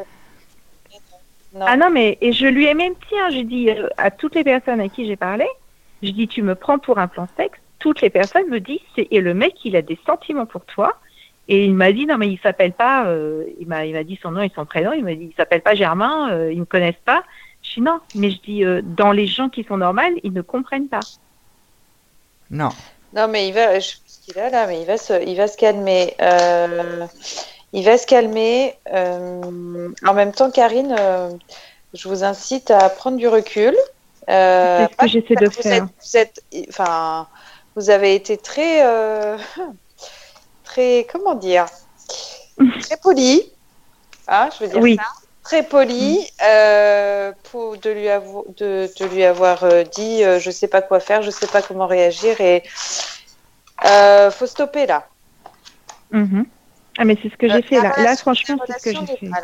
Non. Ah non, mais et je lui ai même dit, hein, j'ai dit à toutes les personnes à qui j'ai parlé, je dis tu me prends pour un plan sexe. Toutes les personnes me disent et le mec il a des sentiments pour toi. Et il m'a dit non mais il s'appelle pas. Il m'a dit son nom et son prénom. Il m'a dit il s'appelle pas Germain. Ils me connaissent pas. Je dis non, mais je dis dans les gens qui sont normales, ils ne comprennent pas. Non. Non, mais il va, je sais ce qu'il a là, mais il va se calmer. Il va se calmer. En même temps, Karine, je vous incite à prendre du recul. C'est ce que j'essaie de faire. Vous avez été très, comment dire, très poli. Hein, je veux dire oui. ça. Très poli de lui avoir dit je sais pas quoi faire, je sais pas comment réagir et faut stopper là. Mm-hmm. Ah mais c'est ce que j'ai fait là. Là franchement c'est ce que j'ai fait.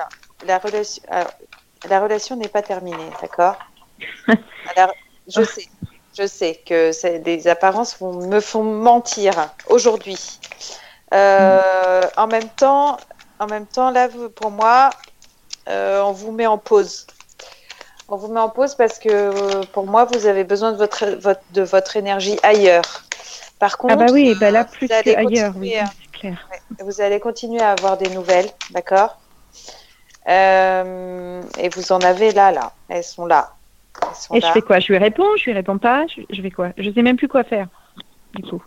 La relation n'est pas terminée, d'accord. Alors je sais que des apparences me font mentir aujourd'hui. En même temps là pour moi. On vous met en pause. On vous met en pause parce que pour moi, vous avez besoin de votre énergie ailleurs. Par contre, ah bah oui, bah là plus qu'ailleurs, oui, c'est clair. Vous allez continuer à avoir des nouvelles, d'accord. Et vous en avez là. Elles sont là. Et je fais quoi? Je lui réponds, je lui réponds pas, je fais quoi? Je sais même plus quoi faire. Du coup,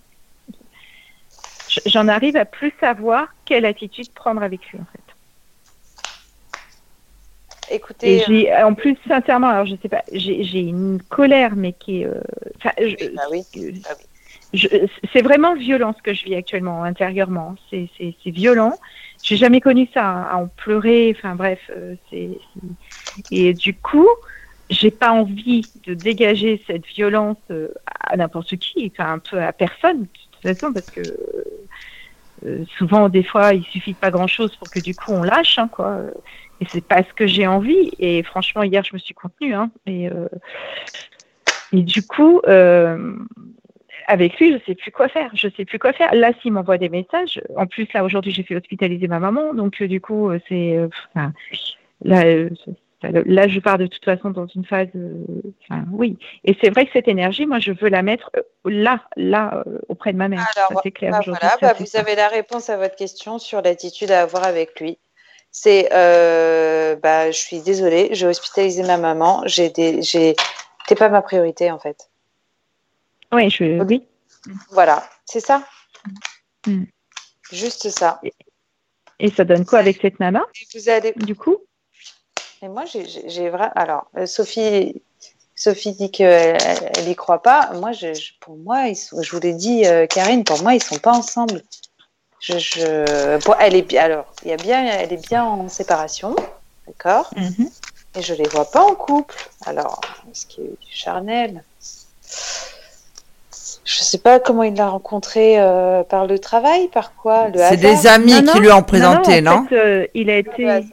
j'en arrive à plus savoir quelle attitude prendre avec lui en fait. Écoutez, et en plus, sincèrement, alors je sais pas, j'ai une colère, mais qui est. C'est vraiment violent ce que je vis actuellement, intérieurement. C'est violent. J'ai jamais connu ça, hein, à en pleurer. Enfin bref, et du coup, j'ai pas envie de dégager cette violence à n'importe qui, enfin un peu à personne de toute façon, parce que. Souvent, des fois, il suffit de pas grand-chose pour que du coup on lâche, hein, quoi. Et c'est pas ce que j'ai envie. Et franchement, hier, je me suis contenue, hein. Et du coup, avec lui, je sais plus quoi faire. Là, s'il m'envoie des messages, en plus là aujourd'hui, j'ai fait hospitaliser ma maman, donc du coup, là, je pars de toute façon dans une phase. Oui. Et c'est vrai que cette énergie, moi, je veux la mettre là, auprès de ma mère. Alors, ça, c'est clair. Voilà, vous avez la réponse à votre question sur l'attitude à avoir avec lui. C'est, je suis désolée, j'ai hospitalisé ma maman. T'es pas ma priorité en fait. Oui, oui. Voilà, c'est ça. Mm. Juste ça. Et ça donne quoi avec cette nana, Vous allez... du coup? Et moi, j'ai vraiment. Alors, Sophie dit qu'elle y croit pas. Moi, pour moi, je vous l'ai dit, Karine, pour moi, ils sont pas ensemble. Bon, elle est bien en séparation, d'accord. Et je les vois pas en couple. Alors, est-ce qu'il y a eu du charnel? Je sais pas comment il l'a rencontré, par le travail, par quoi, le C'est hasard. des amis qui lui ont présenté, non? En fait, il a été.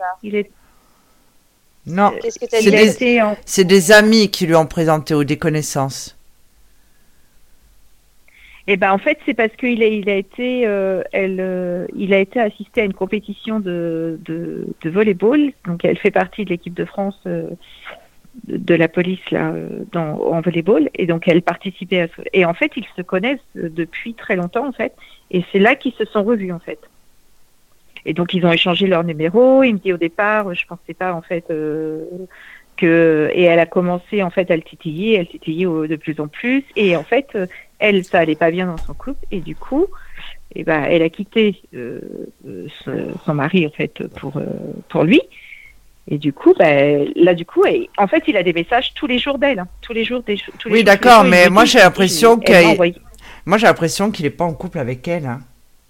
Non, Qu'est-ce que t'as dit? c'est des amis qui lui ont présenté ou des connaissances. Eh ben, en fait, c'est parce qu'il a été assisté à une compétition de volleyball. Donc, elle fait partie de l'équipe de France de la police là, en volleyball. Et donc, elle participait à ça. Et en fait, ils se connaissent depuis très longtemps, en fait. Et c'est là qu'ils se sont revus, en fait. Et donc, ils ont échangé leurs numéros. Il me dit au départ, je pensais pas, en fait, et elle a commencé, en fait, à le titiller de plus en plus. Et en fait, elle, ça allait pas bien dans son couple. Et du coup, elle a quitté son mari, en fait, pour lui. Et du coup, en fait, il a des messages tous les jours d'elle. Tous les jours. Oui, d'accord, mais moi, j'ai l'impression qu'il est pas en couple avec elle. Hein.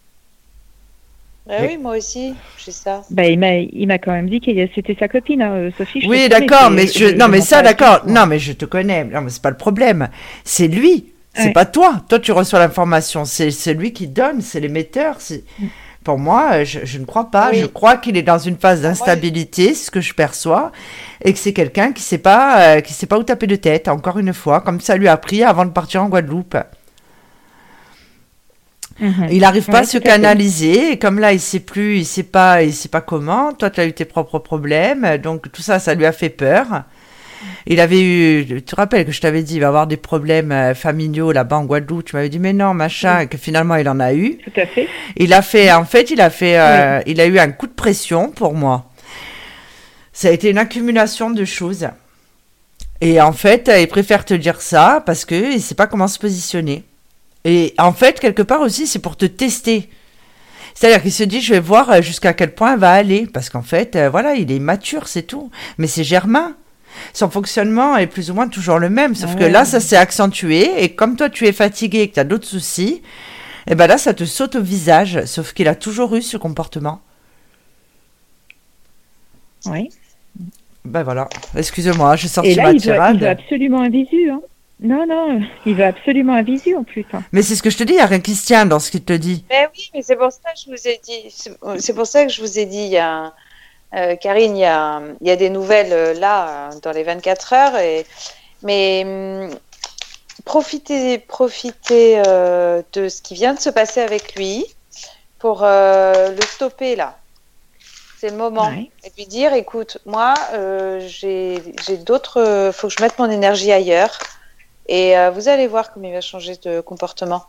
Oui, moi aussi, j'ai ça. Il m'a quand même dit que c'était sa copine, hein, Sophie. Oui, d'accord, mais d'accord. Non, mais je te connais. Non, mais c'est pas le problème. C'est lui. C'est pas toi. Toi, tu reçois l'information. C'est lui qui donne. C'est l'émetteur. Pour moi, je ne crois pas. Oui. Je crois qu'il est dans une phase d'instabilité, c'est ce que je perçois, et que c'est quelqu'un qui sait pas où taper de tête. Encore une fois, comme ça lui a appris avant de partir en Guadeloupe. Il n'arrive pas à se canaliser, et comme là, il sait pas comment. Toi, tu as eu tes propres problèmes, donc tout ça lui a fait peur. Il avait eu, tu te rappelles que je t'avais dit, il va avoir des problèmes familiaux là-bas en Guadeloupe. Tu m'avais dit, mais non, machin, que finalement, il en a eu. Tout à fait. Il a eu un coup de pression pour moi. Ça a été une accumulation de choses. Et en fait, il préfère te dire ça parce qu'il ne sait pas comment se positionner. Et en fait, quelque part aussi, c'est pour te tester. C'est-à-dire qu'il se dit, je vais voir jusqu'à quel point elle va aller. Parce qu'en fait, il est mature, c'est tout. Mais c'est Germain. Son fonctionnement est plus ou moins toujours le même. Sauf que là, ça s'est accentué. Et comme toi, tu es fatigué et que tu as d'autres soucis, et ben là, ça te saute au visage. Sauf qu'il a toujours eu ce comportement. Oui. Ben voilà. Excuse-moi, j'ai sorti et là, ma tirade. Il veut absolument un visu, hein. Non, il veut absolument un visu en plus. Hein. Mais c'est ce que je te dis, il n'y a rien qui se tient dans ce qu'il te dit. Mais oui, mais c'est pour ça que je vous ai dit. C'est pour ça que je vous ai dit, Karine, il y a des nouvelles là, dans les 24 heures. Mais profitez de ce qui vient de se passer avec lui pour le stopper là. C'est le moment. Ouais. Et lui dire, écoute, moi, j'ai d'autres... faut que je mette mon énergie ailleurs. Et vous allez voir comment il va changer de comportement.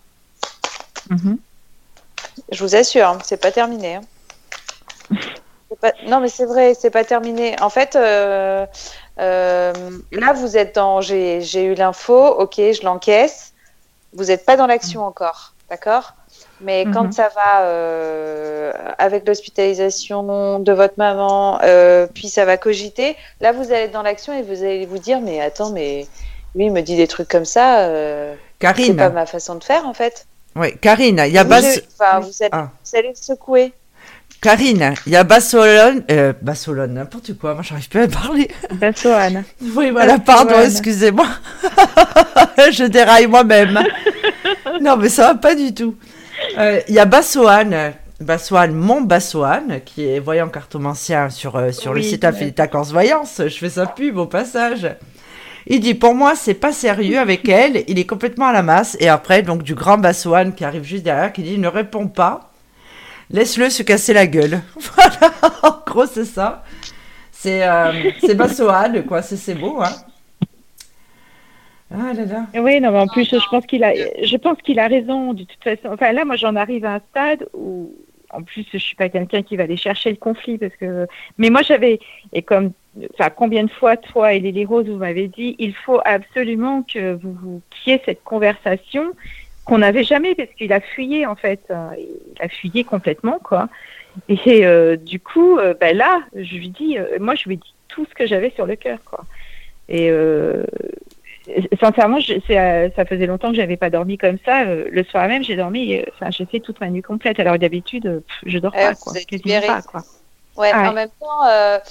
Je vous assure, hein, c'est pas terminé. Hein. Non, mais c'est vrai, c'est pas terminé. En fait, là, vous êtes dans... J'ai eu l'info, ok, je l'encaisse. Vous n'êtes pas dans l'action encore, d'accord ? Mais quand ça va avec l'hospitalisation de votre maman, puis ça va cogiter, là, vous allez être dans l'action et vous allez vous dire, mais attends, mais... Lui, il me dit des trucs comme ça. Karine. C'est pas ma façon de faire, en fait. Oui, Karine, il y a vous allez le secouer. Karine, il y a Bassolone, n'importe quoi, moi j'arrive plus à parler. Bassoane. Oui, voilà, pardon, excusez-moi. Je déraille moi-même. Non, mais ça va pas du tout. Il y a Bassoane, mon Bassoane, qui est voyant cartomancien sur le site Affinita Corse Voyance. Je fais sa pub au passage. Il dit, pour moi, c'est pas sérieux avec elle, il est complètement à la masse. Et après, donc, du grand Bassoane qui arrive juste derrière, qui dit, ne réponds pas, laisse-le se casser la gueule. Voilà, en gros, c'est ça. C'est Bassoane, quoi, c'est beau, hein. Ah là là. Oui, non, mais en plus, je pense qu'il a raison, de toute façon. Enfin, là, moi, j'en arrive à un stade où en plus, je suis pas quelqu'un qui va aller chercher le conflit parce que. Mais moi, combien de fois, toi et Lily Rose, vous m'avez dit, il faut absolument que vous qu'il y ait cette conversation qu'on n'avait jamais parce qu'il a fuyé en fait. Il a fuyé complètement, quoi. Et du coup, là, je lui dis tout ce que j'avais sur le cœur, quoi. Et sincèrement, ça faisait longtemps que j'avais pas dormi comme ça. Le soir même, j'ai dormi. J'ai fait toute ma nuit complète. Alors d'habitude, je dors pas, quoi. Quasiment pas, quoi. Ouais, en même temps,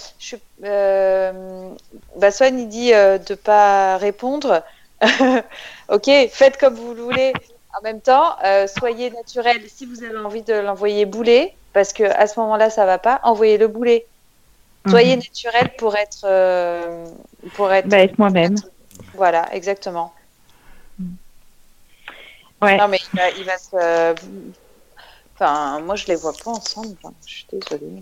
Swan, il dit de pas répondre. Ok, faites comme vous le voulez. En même temps, soyez naturel. Si vous avez envie de l'envoyer bouler, parce que à ce moment-là, ça va pas, envoyez-le bouler. Soyez naturel pour être être moi-même. Voilà, exactement. Ouais. Non, mais il va se. Enfin, moi, je les vois pas ensemble. Enfin, je suis désolée.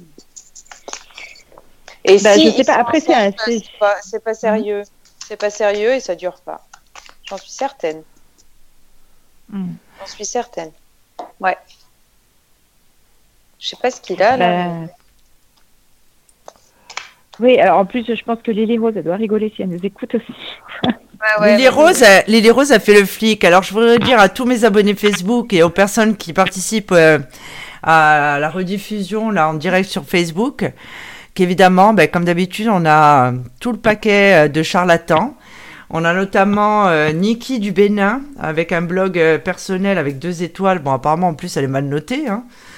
Et si, je sais pas. Après, c'est pas sérieux. C'est pas sérieux et ça dure pas. J'en suis certaine. J'en suis certaine. Ouais. Je sais pas ce qu'il a là. Oui, alors en plus, je pense que Lily Rose, elle doit rigoler si elle nous écoute aussi. Lily Rose a fait le flic. Alors, je voudrais dire à tous mes abonnés Facebook et aux personnes qui participent à la rediffusion là en direct sur Facebook, qu'évidemment, comme d'habitude, on a tout le paquet de charlatans. On a notamment Niki du Bénin avec un blog personnel avec 2 étoiles. Bon, apparemment, en plus, elle est mal notée.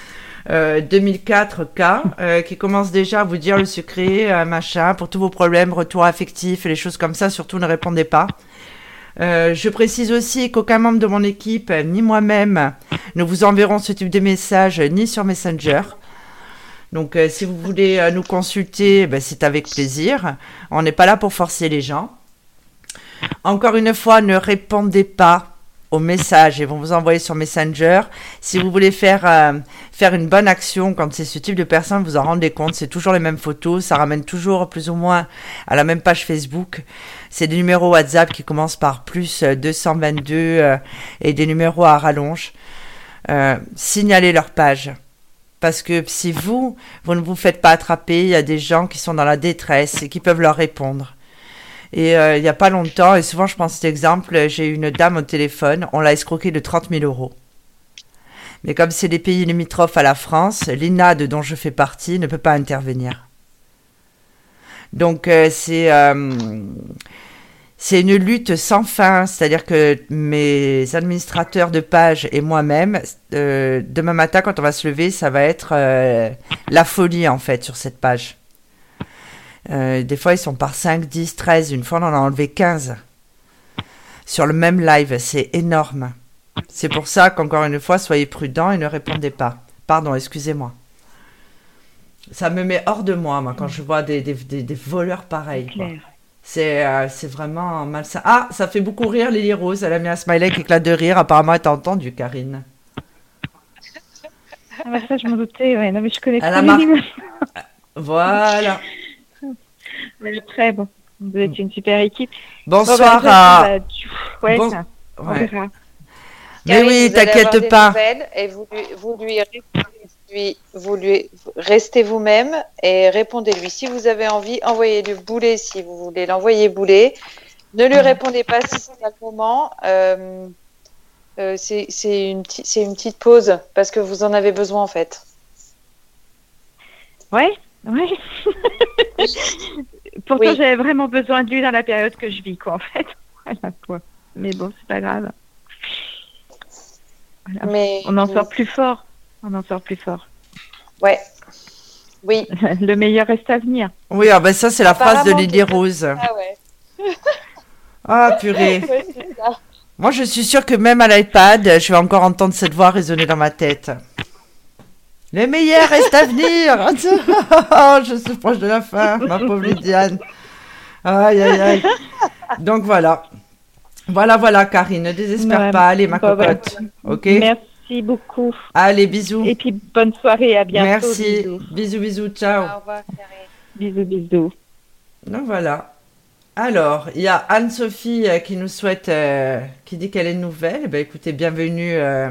2004K qui commence déjà à vous dire le secret, machin, pour tous vos problèmes, retour affectif et les choses comme ça. Surtout, ne répondez pas. Je précise aussi qu'aucun membre de mon équipe, ni moi-même, ne vous enverront ce type de message, ni sur Messenger. Donc, si vous voulez nous consulter, c'est avec plaisir. On n'est pas là pour forcer les gens. Encore une fois, ne répondez pas aux messages. Ils vont vous envoyer sur Messenger. Si vous voulez faire une bonne action, quand c'est ce type de personnes, vous en rendez compte. C'est toujours les mêmes photos. Ça ramène toujours plus ou moins à la même page Facebook. C'est des numéros WhatsApp qui commencent par plus 222 et des numéros à rallonge. Signalez leur page. Parce que si vous ne vous faites pas attraper, il y a des gens qui sont dans la détresse et qui peuvent leur répondre. Et il n'y a pas longtemps, et souvent je prends cet exemple, j'ai eu une dame au téléphone, on l'a escroquée de 30 000 €. Mais comme c'est des pays limitrophes à la France, l'INAD dont je fais partie ne peut pas intervenir. Donc c'est une lutte sans fin, c'est-à-dire que mes administrateurs de page et moi-même, demain matin quand on va se lever, ça va être la folie en fait sur cette page. Des fois, ils sont par 5, 10, 13. Une fois, on en a enlevé 15. Sur le même live. C'est énorme. C'est pour ça qu'encore une fois, soyez prudents et ne répondez pas. Pardon, excusez-moi. Ça me met hors de moi, quand je vois des voleurs pareils. C'est vraiment malsain. Ah, ça fait beaucoup rire Lily Rose. Elle a mis un smiley qui éclate de rire. Apparemment, elle t'a entendu, Karine. Ah ça, je m'en doutais. Ouais. Non, mais je connais pas Lily. Voilà. Mais après, bon, vous êtes une super équipe. Bonsoir on verra. Mais oui, t'inquiète pas. Et vous lui restez vous-même et répondez-lui. Si vous avez envie, envoyez-lui bouler si vous voulez l'envoyer bouler. Ne lui répondez pas si c'est pas le moment. C'est une petite pause parce que vous en avez besoin en fait. Ouais. Pourtant, j'avais vraiment besoin de lui dans la période que je vis, quoi, en fait. Voilà, quoi. Mais bon, c'est pas grave. Voilà. Mais on en sort plus fort. Ouais. Oui. Le meilleur reste à venir. Oui, ça, c'est la phrase de Lily Rose. Ah ouais. Ah, purée. Ouais, c'est ça. Moi, je suis sûre que même à l'iPad, je vais encore entendre cette voix résonner dans ma tête. Le meilleur reste à venir. Je suis proche de la fin, ma pauvre Lydiane. Aïe, aïe, aïe. Donc voilà. Voilà, Karine, ne désespère pas. Allez, ma cocotte. Ok. Merci beaucoup. Allez, bisous. Et puis, bonne soirée, à bientôt. Merci. Bisous, ciao. Au revoir, Karine. Bisous. Donc voilà. Alors, il y a Anne-Sophie qui nous souhaite, qui dit qu'elle est nouvelle. Écoutez, bienvenue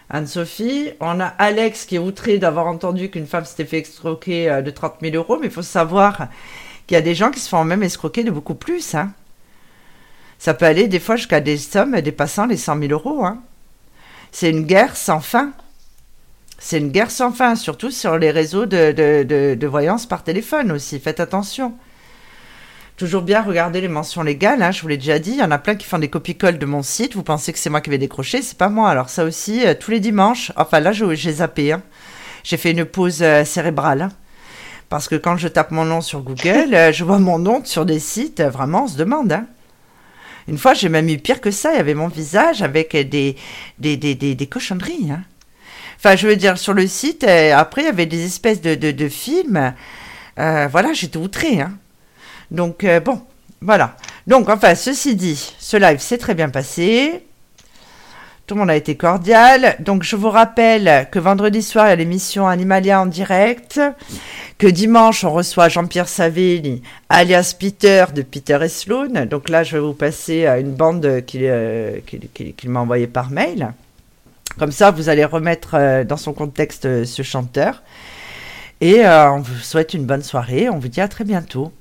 Anne-Sophie. On a Alex qui est outré d'avoir entendu qu'une femme s'était fait escroquer de 30 000 euros, mais il faut savoir qu'il y a des gens qui se font même escroquer de beaucoup plus. Hein. Ça peut aller des fois jusqu'à des sommes dépassant les 100 000 euros. Hein. C'est une guerre sans fin. C'est une guerre sans fin, surtout sur les réseaux de voyance par téléphone aussi. Faites attention. Toujours bien regarder les mentions légales, hein, je vous l'ai déjà dit. Il y en a plein qui font des copie-colles de mon site. Vous pensez que c'est moi qui vais décrocher, c'est pas moi. Alors ça aussi, tous les dimanches. Enfin là, j'ai zappé. Hein. J'ai fait une pause cérébrale. Hein. Parce que quand je tape mon nom sur Google, je vois mon nom sur des sites. Vraiment, on se demande. Hein. Une fois, j'ai même eu pire que ça. Il y avait mon visage avec des cochonneries. Hein. Enfin, je veux dire, sur le site, après, il y avait des espèces de films. Voilà, j'étais outrée. Hein. Donc, bon, voilà. Donc, enfin, ceci dit, ce live s'est très bien passé. Tout le monde a été cordial. Donc, je vous rappelle que vendredi soir, il y a l'émission Animalia en direct. Que dimanche, on reçoit Jean-Pierre Savelli, alias Peter, de Peter et Sloan. Donc là, je vais vous passer une bande qu'il m'a envoyée par mail. Comme ça, vous allez remettre dans son contexte ce chanteur. Et on vous souhaite une bonne soirée. On vous dit à très bientôt.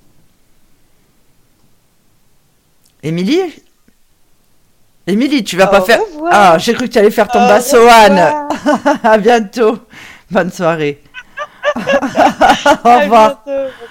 Émilie, tu vas pas faire... revoir. Ah, j'ai cru que tu allais faire ton basso Anne. À bientôt. Bonne soirée. Au revoir. À bientôt.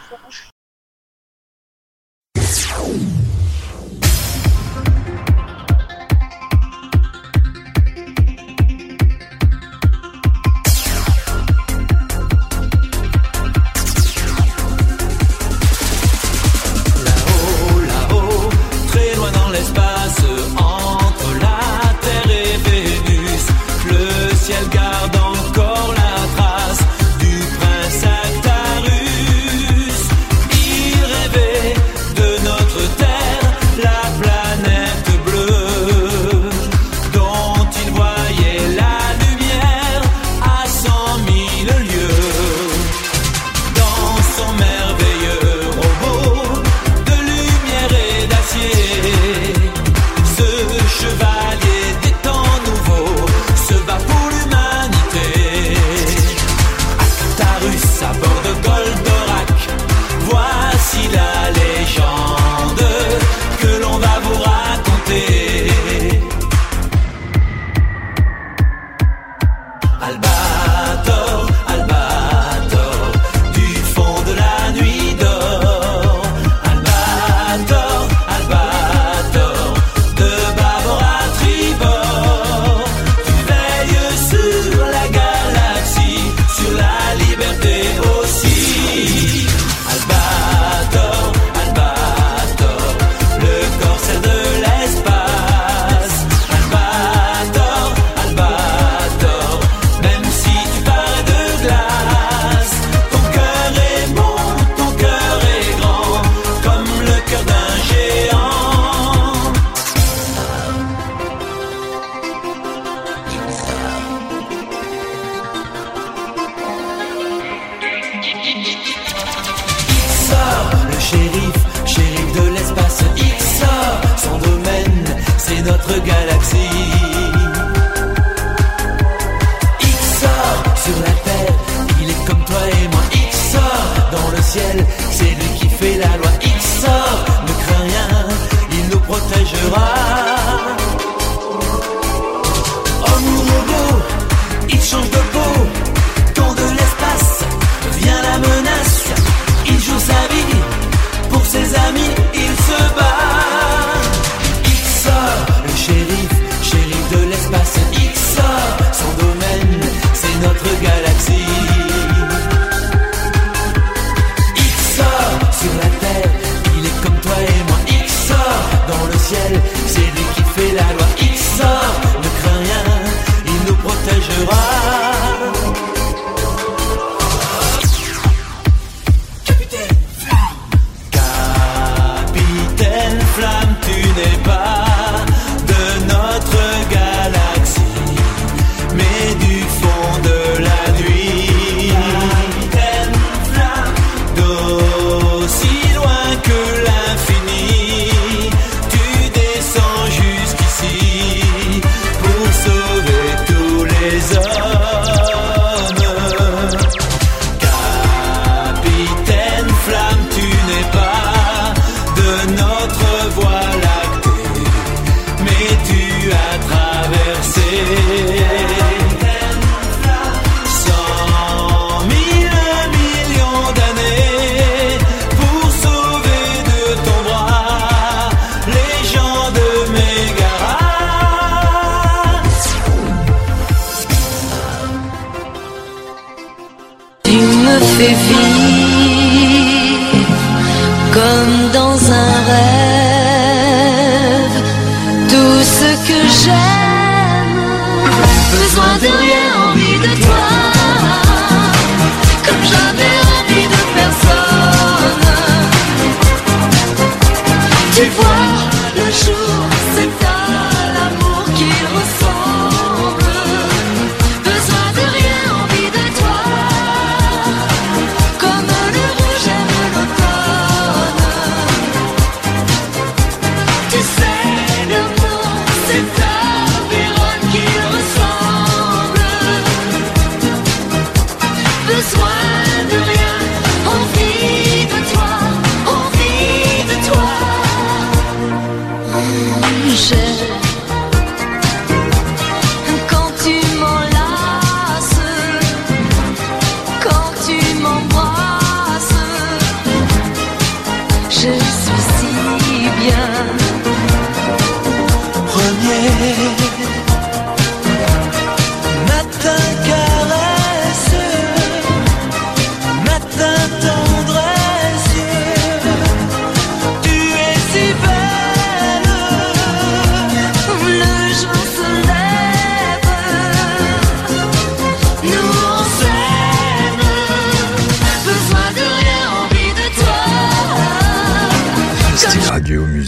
Sur la terre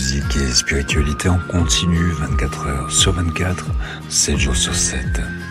musique et spiritualité en continu 24 heures sur 24, 7 jours sur 7.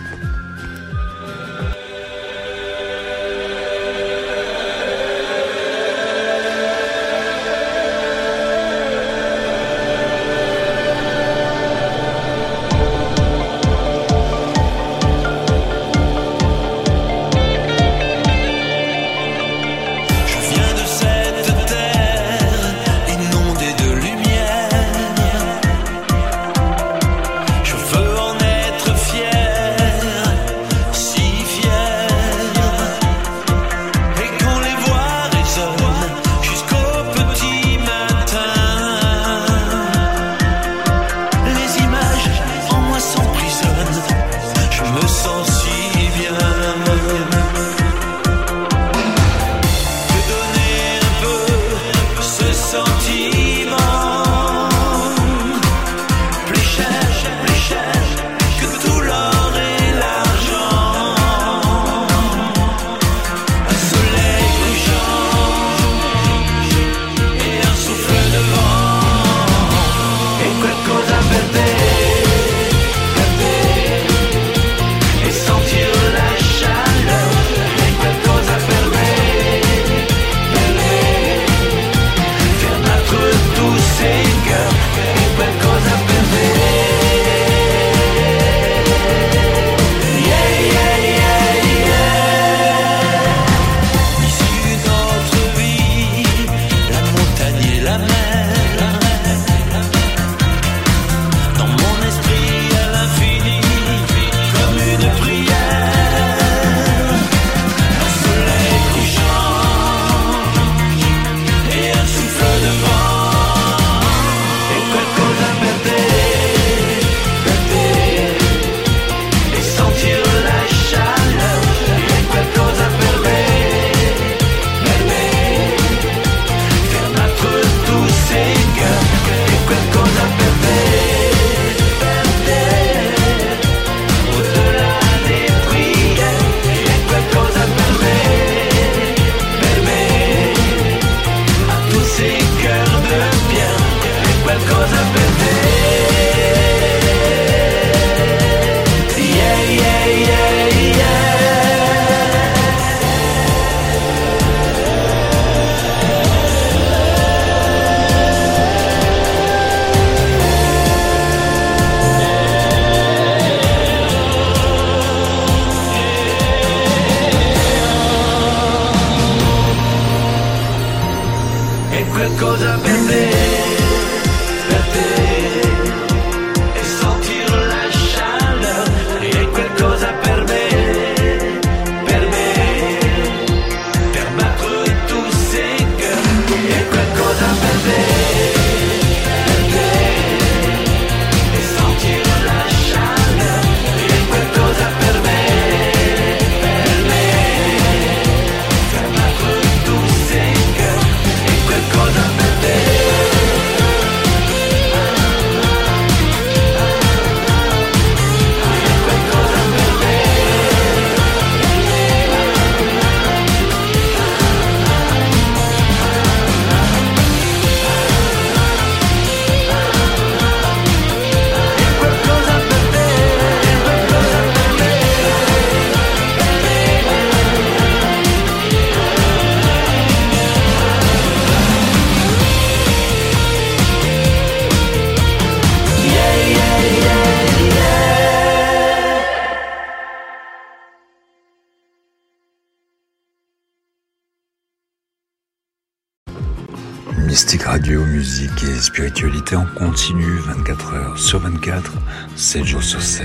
Mystique Radio, musique et spiritualité en continu 24 heures sur 24, 7 jours sur 7.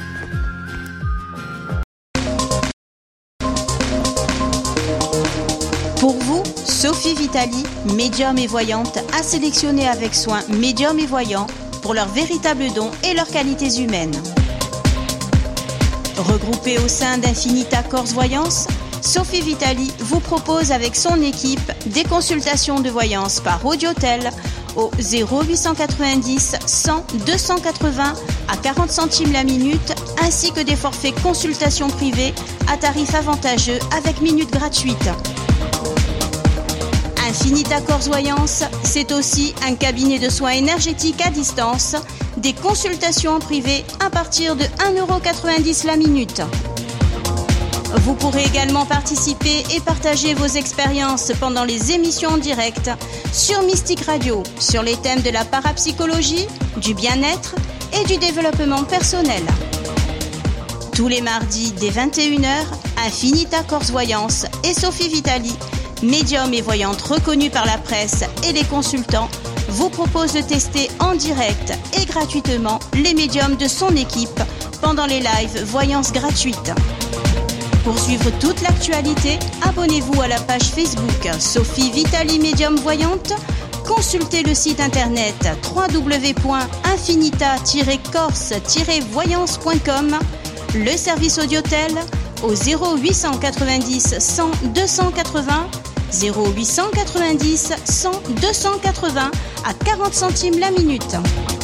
Pour vous, Sophie Vitali, médium et voyante, a sélectionné avec soin médiums et voyants pour leurs véritables dons et leurs qualités humaines. Regroupée au sein d'Infinita Corse Voyance, Sophie Vitali vous propose avec son équipe des consultations de voyance par audiotel au 0890 100 280 à 40 centimes la minute, ainsi que des forfaits consultations privées à tarif avantageux avec minutes gratuites. Infinita Corse Voyance, c'est aussi un cabinet de soins énergétiques à distance, des consultations en privé à partir de 1,90 € la minute. Vous pourrez également participer et partager vos expériences pendant les émissions en direct sur Mystique Radio, sur les thèmes de la parapsychologie, du bien-être et du développement personnel. Tous les mardis dès 21h, Infinita Corse Voyance et Sophie Vitali, médium et voyante reconnue par la presse et les consultants, vous propose de tester en direct et gratuitement les médiums de son équipe pendant les lives voyances gratuites. Pour suivre toute l'actualité, abonnez-vous à la page Facebook Sophie Vitali Médium Voyante. Consultez le site internet www.infinita-corse-voyance.com, le service Audiotel au 0890 100 280, 0890 100 280 à 40 centimes la minute.